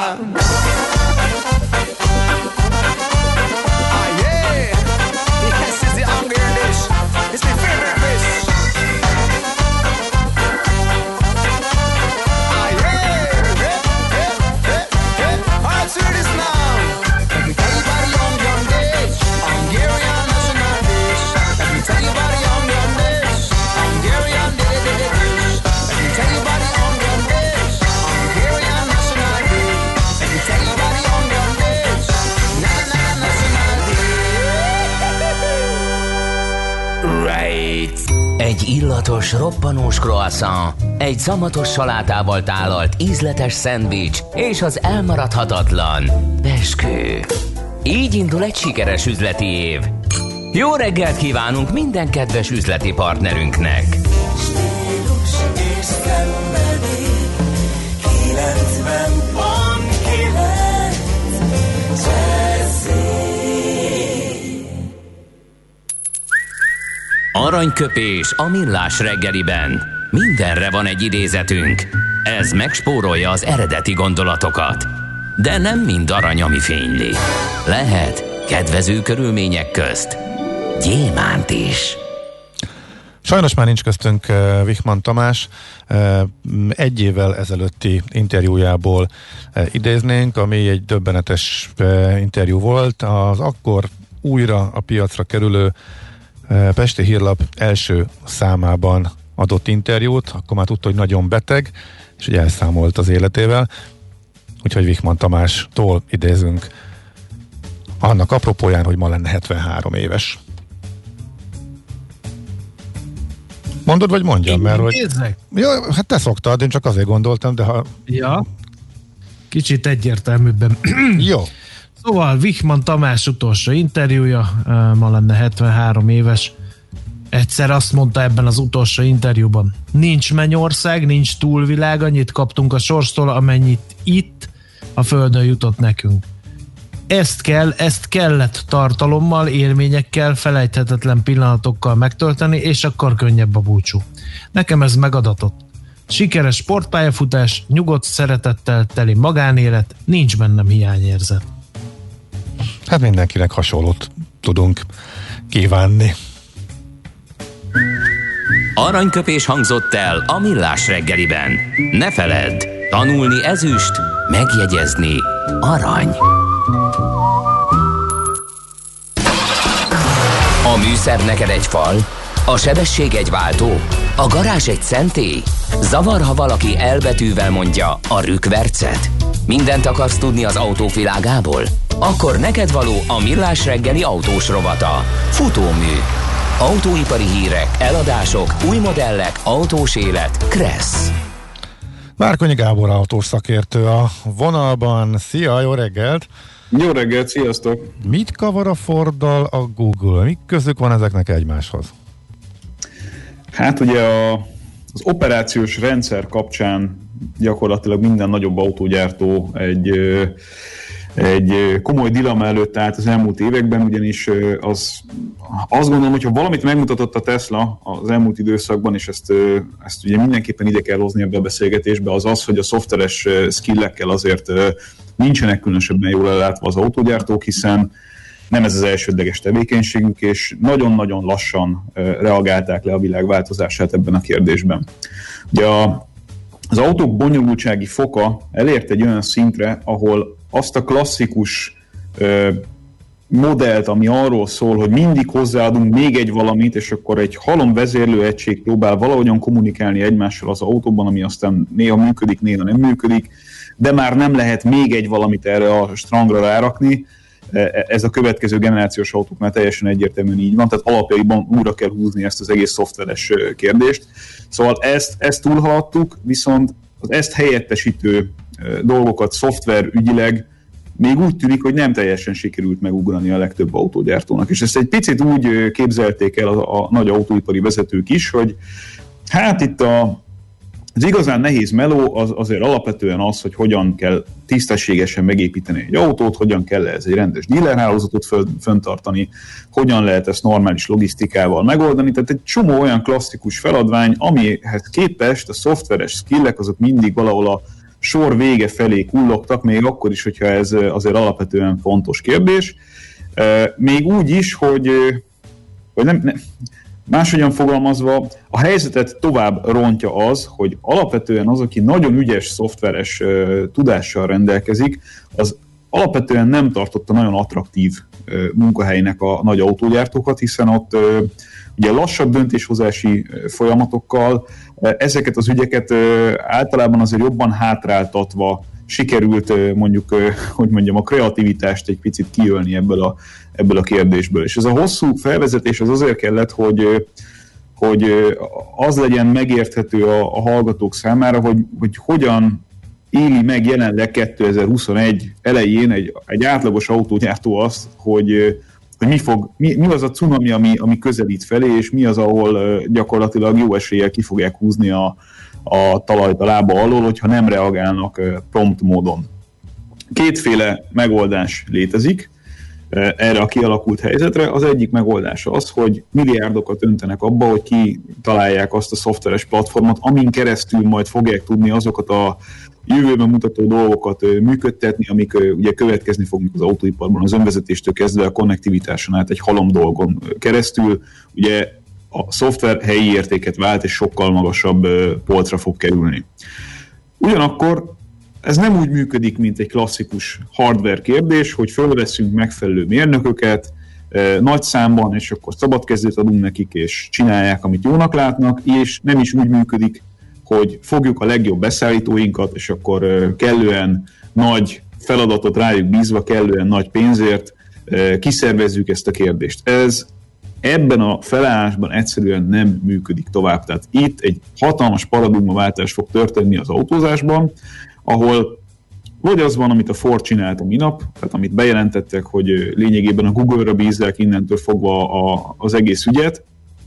Ah yeah, this is the Hungarian dish. It's my favorite dish. Ah yeah, alright, see this now. Let me tell you about the Hungarian dish, Hungarian national dish. Let me tell you about the Hungarian dish, Hungarian dish. Let me tell you about the Egy illatos, roppanós croissant, egy szamatos salátával tálalt ízletes szendvics és az elmaradhatatlan peskő. Így indul egy sikeres üzleti év. Jó reggelt kívánunk minden kedves üzleti partnerünknek! Stílus és szenvedély, 90.9 Jazzy. Aranyköpés a Millás reggeliben. Mindenre van egy idézetünk. Ez megspórolja az eredeti gondolatokat. De nem mind arany, ami fényli. Lehet kedvező körülmények közt gyémánt is. Sajnos már nincs köztünk Wichmann Tamás. Egy évvel ezelőtti interjújából idéznénk, ami egy döbbenetes interjú volt. Az akkor újra a piacra kerülő Pesti Hírlap első számában adott interjút, akkor már tudta, hogy nagyon beteg, és hogy elszámolt az életével. Úgyhogy Wichmann Tamástól idézünk annak apropóján, hogy ma lenne 73 éves. Mondod, vagy mondjam? Mert hogy... Ja, hát te szoktad, én csak azért gondoltam, de ha... Ja, kicsit egyértelműbben. Jó. Szóval Wichmann Tamás utolsó interjúja, ma lenne 73 éves, egyszer azt mondta ebben az utolsó interjúban. Nincs mennyország, nincs túlvilág, annyit kaptunk a sorstól, amennyit itt a Földön jutott nekünk. Ezt kellett tartalommal, élményekkel, felejthetetlen pillanatokkal megtölteni, és akkor könnyebb a búcsú. Nekem ez megadatott. Sikeres sportpályafutás, nyugodt szeretettel teli magánélet, nincs bennem hiányérzet. Hát mindenkinek hasonlót tudunk kívánni. Aranyköpés hangzott el a Millás reggeliben. Ne feledd, tanulni ezüst, megjegyezni arany. A műszer neked egy fal, a sebesség egy váltó, a garázs egy szentély. Zavar, ha valaki elbetűvel mondja a rükvercet. Mindent akarsz tudni az autóvilágából? Akkor neked való a Millás reggeli autós rovata. Futómű. Autóipari hírek, eladások, új modellek, autós élet. Kressz. Várkonyi Gábor autós szakértő a vonalban. Szia, jó reggelt! Jó reggelt, sziasztok! Mit kavar a Forddal a Google? Mi közük van ezeknek egymáshoz? Hát ugye az operációs rendszer kapcsán gyakorlatilag minden nagyobb autógyártó egy komoly dilemma előtt állt az elmúlt években, ugyanis azt gondolom, hogyha valamit megmutatott a Tesla az elmúlt időszakban, és ezt ugye mindenképpen ide kell hozni ebbe a beszélgetésbe, az, hogy a szoftveres skillekkel azért nincsenek különösebben jól ellátva az autógyártók, hiszen nem ez az elsődleges tevékenységük, és nagyon-nagyon lassan reagálták le a világ változását ebben a kérdésben. Ugye az autók bonyolultsági foka elért egy olyan szintre, ahol azt a klasszikus modellt, ami arról szól, hogy mindig hozzáadunk még egy valamit, és akkor egy halom vezérlőegység próbál valahogyan kommunikálni egymással az autóban, ami aztán néha működik, néha nem működik, de már nem lehet még egy valamit erre a strangra rárakni. Ez a következő generációs autóknál teljesen egyértelműen így van, tehát alapjaiban újra kell húzni ezt az egész szoftveres kérdést. Szóval ezt túlhaladtuk, viszont az ezt helyettesítő dolgokat szoftverügyileg még úgy tűnik, hogy nem teljesen sikerült megugrani a legtöbb autógyártónak. És ezt egy picit úgy képzelték el a nagy autóipari vezetők is, hogy hát itt az igazán nehéz meló azért alapvetően az, hogy hogyan kell tisztességesen megépíteni egy autót, hogyan kell ez egy rendes dealerhálózatot fenntartani, hogyan lehet ezt normális logisztikával megoldani. Tehát egy csomó olyan klasszikus feladvány, amihez képest a szoftveres skillek azok mindig valahol a sor vége felé kullogtak, még akkor is, hogyha ez azért alapvetően fontos kérdés. Még úgy is, hogy nem máshogyan fogalmazva, a helyzetet tovább rontja az, hogy alapvetően az, aki nagyon ügyes szoftveres tudással rendelkezik, az alapvetően nem tartotta nagyon attraktív munkahelynek a nagy autógyártókat, hiszen ott ugye lassabb döntéshozási folyamatokkal ezeket az ügyeket általában azért jobban hátráltatva sikerült mondjuk, hogy mondjam, a kreativitást egy picit kiölni ebből a kérdésből. És ez a hosszú felvezetés az azért kellett, hogy az legyen megérthető a hallgatók számára, hogy hogyan éli meg jelenleg 2021 elején egy átlagos autógyártó azt, hogy mi az a cunami, ami közelít felé, és mi az, ahol gyakorlatilag jó eséllyel ki fogják húzni a talajt a lába alól, hogyha nem reagálnak prompt módon. Kétféle megoldás létezik erre a kialakult helyzetre. Az egyik megoldás az, hogy milliárdokat öntenek abba, hogy kitalálják azt a szoftveres platformot, amin keresztül majd fogják tudni azokat a jövőben mutató dolgokat működtetni, amik ugye következni fognak az autóiparban, az önvezetéstől kezdve a konnektivitáson át egy halom dolgon keresztül. Ugye a szoftver helyi értéket vált, és sokkal magasabb polcra fog kerülni. Ugyanakkor ez nem úgy működik, mint egy klasszikus hardware kérdés, hogy fölveszünk megfelelő mérnököket nagy számban, és akkor szabadkezőt adunk nekik, és csinálják, amit jónak látnak, és nem is úgy működik, hogy fogjuk a legjobb beszállítóinkat, és akkor kellően nagy feladatot rájuk bízva, kellően nagy pénzért kiszervezzük ezt a kérdést. Ez ebben a felállásban egyszerűen nem működik tovább. Tehát itt egy hatalmas paradigmaváltás fog történni az autózásban, ahol vagy az van, amit a Ford csinált a minap, tehát amit bejelentettek, hogy lényegében a Google-ra bízzák innentől fogva az egész ügyet,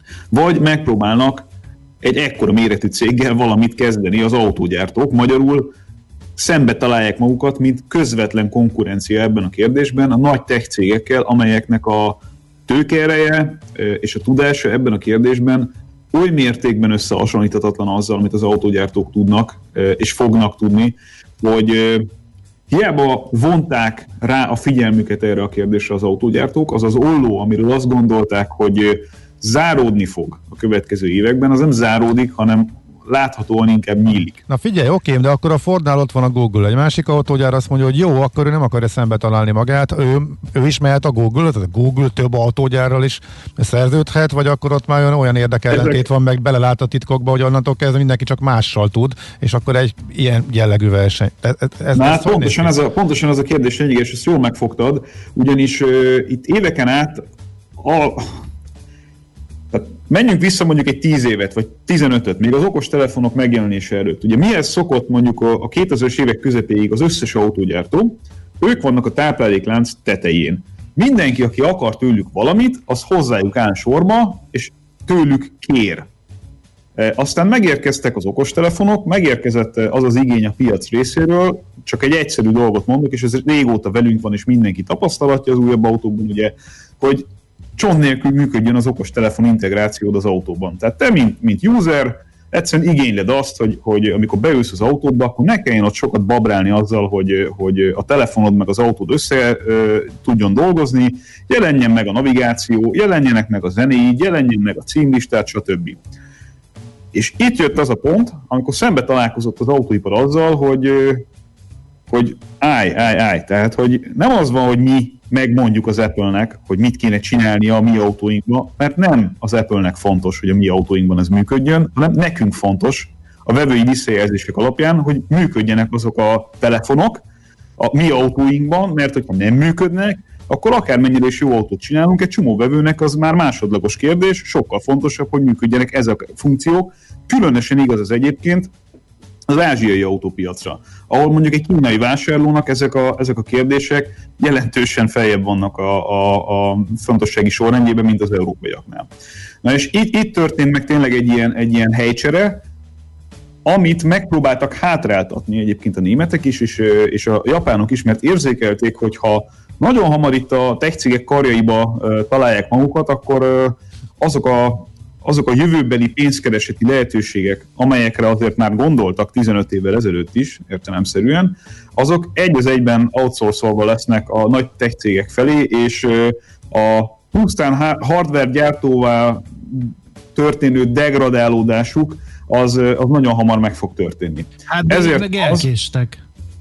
Vagy megpróbálnak egy ekkora méretű céggel valamit kezdeni az autógyártók, magyarul szembe találják magukat, mint közvetlen konkurencia ebben a kérdésben a nagy tech cégekkel, amelyeknek a tőkeereje és a tudása ebben a kérdésben oly mértékben összehasonlíthatatlan azzal, amit az autógyártók tudnak és fognak tudni, hogy hiába vonták rá a figyelmüket erre a kérdésre az autógyártók, az az olló, amiről azt gondolták, hogy záródni fog a következő években, az nem záródik, hanem láthatóan inkább nyílik. Na figyelj, oké, de akkor a Fordnál ott van a Google. Egy másik autógyár azt mondja, hogy jó, akkor ő nem akarja szembe találni magát, ő is mehet a Google, tehát a Google több autógyárral is szerződhet, vagy akkor ott már olyan érdekellentét van, meg belelát a titkokba, hogy onnantól kezdve mindenki csak mással tud, és akkor egy ilyen jellegű verseny. Pontosan ez a kérdés lényeg, és ezt jól megfogtad, ugyanis itt éveken át menjünk vissza mondjuk egy 10 évet, vagy 15-öt, még az okostelefonok megjelenése előtt. Ugye mihez szokott mondjuk a 2000-es évek közepéig az összes autógyártó? Ők vannak a tápláléklánc tetején. Mindenki, aki akar tőlük valamit, az hozzájuk áll sorba, és tőlük kér. Aztán megérkeztek az okostelefonok, megérkezett az az igény a piac részéről, csak egy egyszerű dolgot mondok, és ez régóta velünk van, és mindenki tapasztalatja az újabb autókban, ugye, hogy csont nélkül működjön az okostelefon integrációd az autóban. Tehát te, mint user, egyszerűen igényled azt, hogy amikor beülsz az autódba, akkor ne kelljen ott sokat babrálni azzal, hogy a telefonod meg az autód össze tudjon dolgozni, jelenjen meg a navigáció, jelenjenek meg a zenéid, jelenjen meg a címlistát, stb. És itt jött az a pont, amikor szembe találkozott az autóipar azzal, hogy állj, tehát hogy nem az van, hogy mi megmondjuk az Apple-nek, hogy mit kéne csinálnia a mi autóinkban, mert nem az Apple-nek fontos, hogy a mi autóinkban ez működjön, hanem nekünk fontos a vevői visszajelzések alapján, hogy működjenek azok a telefonok a mi autóinkban, mert hogyha nem működnek, akkor akármennyire is jó autót csinálunk, egy csomó vevőnek az már másodlagos kérdés, sokkal fontosabb, hogy működjenek ezek a funkciók. Különösen igaz az egyébként az ázsiai autópiacra, ahol mondjuk egy kínai vásárlónak ezek a kérdések jelentősen feljebb vannak a fontossági sorrendjében, mint az európaiaknál. Na és itt történt meg tényleg egy ilyen helycsere, amit megpróbáltak hátráltatni egyébként a németek is, és a japánok is, mert érzékelték, hogy ha nagyon hamar itt a tech cégek karjaiba találják magukat, akkor azok a jövőbeli pénzkereseti lehetőségek, amelyekre azért már gondoltak 15 évvel ezelőtt is, értelemszerűen, azok egy az egyben outsourcolva lesznek a nagy tech cégek felé, és a pusztán hardware gyártóvá történő degradálódásuk az nagyon hamar meg fog történni. Hát ezért meg elkéstek.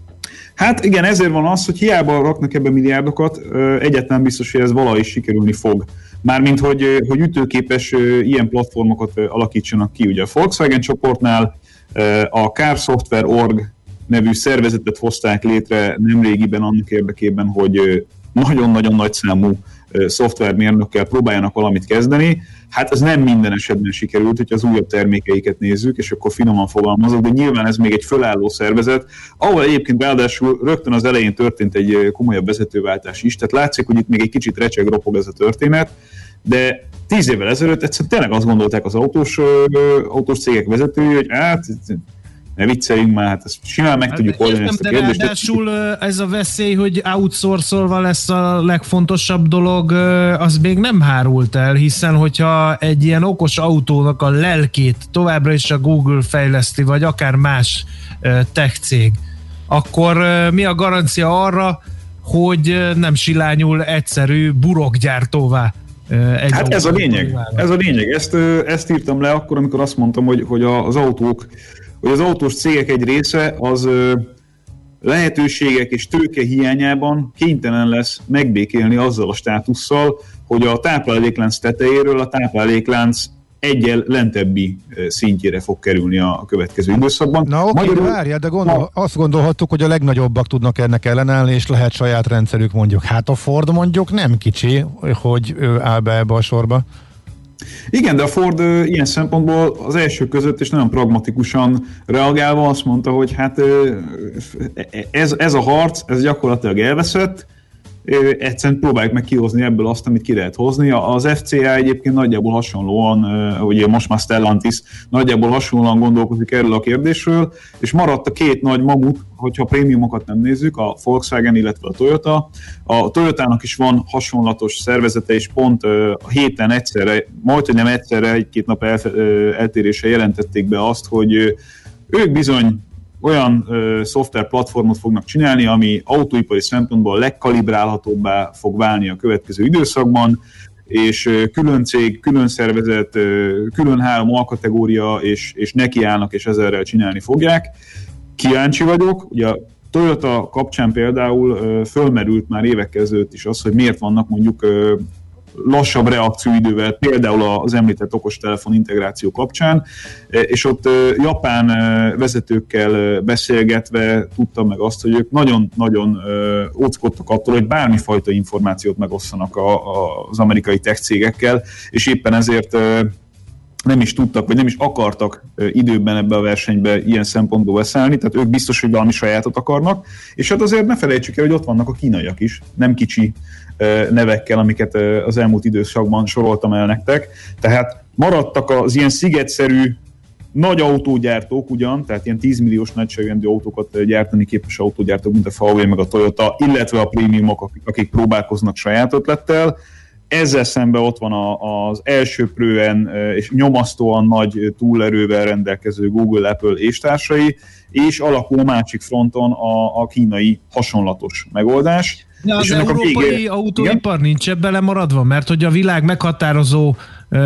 Hát igen, ezért van az, hogy hiába raknak ebbe milliárdokat, egyáltalán biztos, hogy ez valahogy is sikerülni fog. Mármint, hogy ütőképes ilyen platformokat alakítsanak ki. Ugye a Volkswagen csoportnál a Car Software Org nevű szervezetet hozták létre nemrégiben annak érdekében, hogy nagyon-nagyon nagy számú szoftvermérnökkel próbáljanak valamit kezdeni. Hát ez nem minden esetben sikerült, hogyha az újabb termékeiket nézzük, és akkor finoman fogalmazok, de nyilván ez még egy fölálló szervezet, ahol egyébként ráadásul rögtön az elején történt egy komolyabb vezetőváltás is, tehát látszik, hogy itt még egy kicsit recseg-ropog ez a történet, de 10 évvel ezelőtt egyszerűen tényleg azt gondolták az autós cégek vezetői, hogy hát ne vicceljünk már, hát ezt simán meg tudjuk oldani ezt a kérdést. Ráadásul ez a veszély, hogy outsourcolva lesz a legfontosabb dolog, az még nem hárult el, hiszen hogyha egy ilyen okos autónak a lelkét továbbra is a Google fejleszti, vagy akár más tech cég, akkor mi a garancia arra, hogy nem silányul egyszerű burokgyártóvá? Hát ez a lényeg. Ezt írtam le akkor, amikor azt mondtam, hogy az autós cégek egy része az lehetőségek és tőke hiányában kénytelen lesz megbékélni azzal a státusszal, hogy a tápláléklánc tetejéről a tápláléklánc egyel lentebbi szintjére fog kerülni a következő időszakban. Na oké, várjál, de azt gondolhattuk, hogy a legnagyobbak tudnak ennek ellenállni, és lehet saját rendszerük mondjuk. Hát a Ford mondjuk nem kicsi, hogy ő áll be ebbe a sorba. Igen, de a Ford ilyen szempontból az első között és nagyon pragmatikusan reagálva azt mondta, hogy hát ez a harc, ez gyakorlatilag elveszett, egyszerűen próbáljuk meg kihozni ebből azt, amit ki lehet hozni. Az FCA egyébként nagyjából hasonlóan, ugye most már Stellantis nagyjából hasonlóan gondolkozik erről a kérdésről, és maradt a két nagy mamut, hogyha prémiumokat nem nézzük, a Volkswagen, illetve a Toyota. A Toyotának is van hasonlatos szervezete, és pont a héten egyszerre, majdhogy nem egyszerre, egy-két nap eltéréssel jelentették be azt, hogy ők bizony olyan szoftver platformot fognak csinálni, ami autóipari szempontból legkalibrálhatóbbá fog válni a következő időszakban, és külön cég, külön szervezet, külön 3 alkategória, és nekiállnak, és ezerrel csinálni fogják. Kíváncsi vagyok, ugye a Toyota kapcsán például fölmerült már évek ezelőtt is az, hogy miért vannak mondjuk lassabb reakcióidővel, például az említett okostelefon integráció kapcsán, és ott japán vezetőkkel beszélgetve tudtam meg azt, hogy ők nagyon-nagyon óckodtak attól, hogy bármifajta információt megosszanak az amerikai tech cégekkel, és éppen ezért nem is tudtak, vagy nem is akartak időben ebbe a versenybe ilyen szempontból beszállni, tehát ők biztos, hogy valami sajátot akarnak, és hát azért ne felejtsük el, hogy ott vannak a kínaiak is, nem kicsi nevekkel, amiket az elmúlt időszakban soroltam el nektek, tehát maradtak az ilyen szigetszerű nagy autógyártók ugyan, tehát ilyen 10 milliós nagyságrendű autókat gyártani képes autógyártók, mint a VW meg a Toyota, illetve a prémiumok, akik próbálkoznak saját ötlettel. Ezzel szemben ott van az elsőprően és nyomasztóan nagy túlerővel rendelkező Google, Apple és társai, és alakul a másik fronton a kínai hasonlatos megoldás. De az európai autóipar nincs ebben lemaradva, mert hogy a világ meghatározó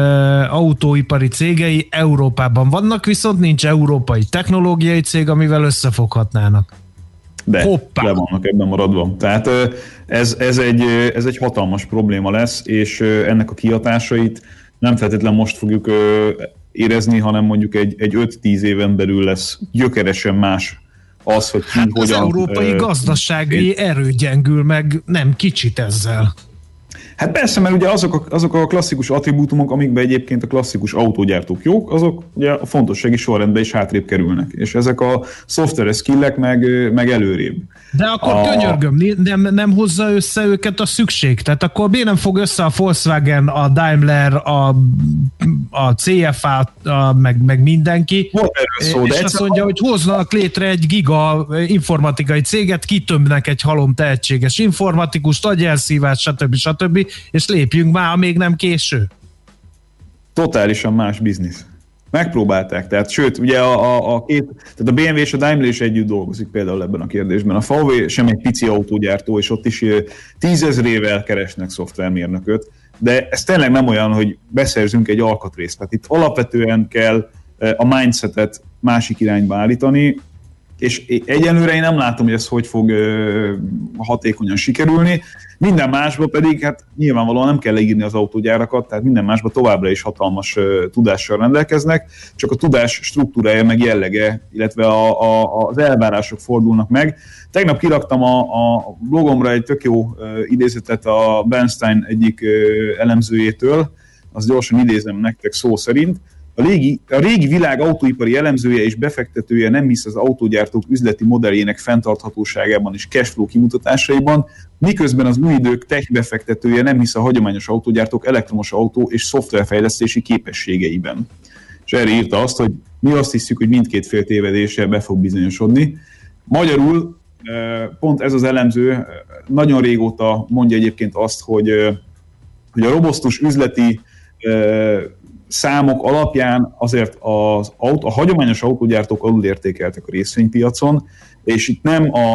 autóipari cégei Európában vannak, viszont nincs európai technológiai cég, amivel összefoghatnának. De le vannak ebben maradva. Tehát ez egy hatalmas probléma lesz, és ennek a kihatásait nem feltétlenül most fogjuk érezni, hanem mondjuk egy 5-10 éven belül lesz gyökeresen más az, hogy ki hogyan... Az európai gazdasági erő gyengül meg nem kicsit ezzel. Hát persze, mert ugye azok a klasszikus attribútumok, amikben egyébként a klasszikus autógyártók jók, azok ugye a fontossági sorrendben is hátrébb kerülnek. És ezek a szoftveres skillek meg előrébb. De akkor könyörgöm, nem hozza össze őket a szükség. Tehát akkor miért nem fog össze a Volkswagen, a Daimler, a CFA, meg mindenki, és azt mondja, hogy hoznak létre egy giga informatikai céget, kitömnek egy halom tehetséges informatikust, agyelszívás, stb. És lépjünk már, még nem késő. Totálisan más biznisz. Megpróbálták, tehát sőt, ugye tehát a BMW és a Daimler is együtt dolgozik például ebben a kérdésben. A VW sem egy pici autógyártó, és ott is 10 000-ével keresnek szoftvermérnököt, de ez tényleg nem olyan, hogy beszerzünk egy alkatrészt. Tehát itt alapvetően kell a mindsetet másik irányba állítani, és egyenlőre én nem látom, hogy ez hogy fog hatékonyan sikerülni. Minden másban pedig, hát nyilvánvalóan nem kell leírni az autógyárakat, tehát minden másban továbbra is hatalmas tudással rendelkeznek, csak a tudás struktúrája meg jellege, illetve az elvárások fordulnak meg. Tegnap kiraktam a blogomra egy tök jó idézetet a Bernstein egyik elemzőjétől, azt gyorsan idézem nektek szó szerint. A régi világ autóipari elemzője és befektetője nem hisz az autógyártók üzleti modelljének fenntarthatóságában és cashflow kimutatásaiban, miközben az új idők tech befektetője nem hisz a hagyományos autógyártók elektromos autó és szoftverfejlesztési képességeiben. És erre írta azt, hogy mi azt hiszük, hogy mindkét fél tévedése be fog bizonyosodni. Magyarul pont ez az elemző nagyon régóta mondja egyébként azt, hogy a robosztus üzleti számok alapján azért a hagyományos autógyártók alulértékeltek a részvénypiacon, és itt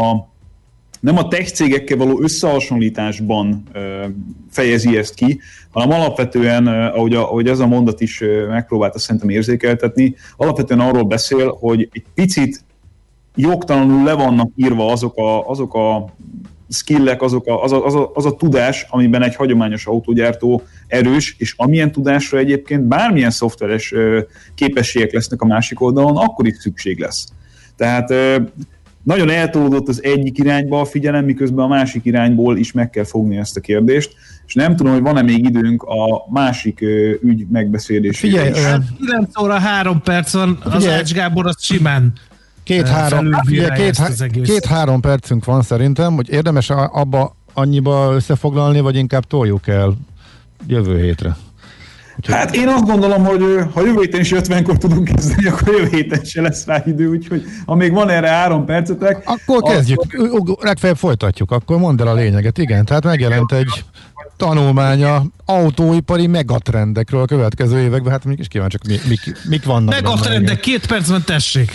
nem a tech cégekkel való összehasonlításban fejezi ezt ki, hanem alapvetően, ahogy ez a mondat is megpróbálta szerintem érzékeltetni, alapvetően arról beszél, hogy egy picit jogtalanul le vannak írva azok a skillek, az a tudás, amiben egy hagyományos autógyártó erős, és amilyen tudásra egyébként bármilyen szoftveres képességek lesznek a másik oldalon, akkor is szükség lesz. Tehát nagyon eltolódott az egyik irányba a figyelem, miközben a másik irányból is meg kell fogni ezt a kérdést, és nem tudom, hogy van-e még időnk a másik ügy megbeszélésére. Figyelj, 9 óra 3 perc van, az Ács Gábor az simán 2-3 percünk van szerintem, hogy érdemes abba annyiba összefoglalni, vagy inkább toljuk el jövő hétre? Úgyhogy... Hát én azt gondolom, hogy ha jövő héten is 50-kor tudunk kezdeni, akkor jövő héten se lesz rá idő, úgyhogy ha még van erre 3 percetek... Akkor kezdjük, legfeljebb folytatjuk, akkor mondd el a lényeget. Igen, tehát megjelent egy tanulmánya autóipari megatrendekről a következő években, hát mondjuk is kíváncsi, mik vannak. Megatrendek, 2 percben tessék!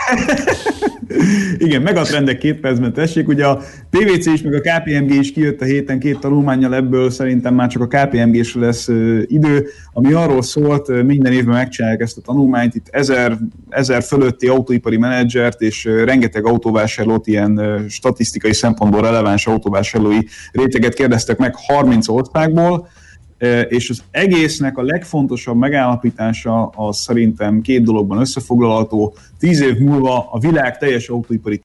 Igen, megatrendek 2 percben tessék. Ugye a PVC is, meg a KPMG is kijött a héten 2 tanulmánnyal, ebből szerintem már csak a KPMG-s lesz idő, ami arról szólt, minden évben megcsinálják ezt a tanulmányt, itt 1000 fölötti autóipari menedzsert és rengeteg autóvásárlót, ilyen statisztikai szempontból releváns autóvásárlói réteget kérdeztek meg 30 országból, és az egésznek a legfontosabb megállapítása az szerintem 2 dologban összefoglalható. 10 év múlva a világ teljes autóipari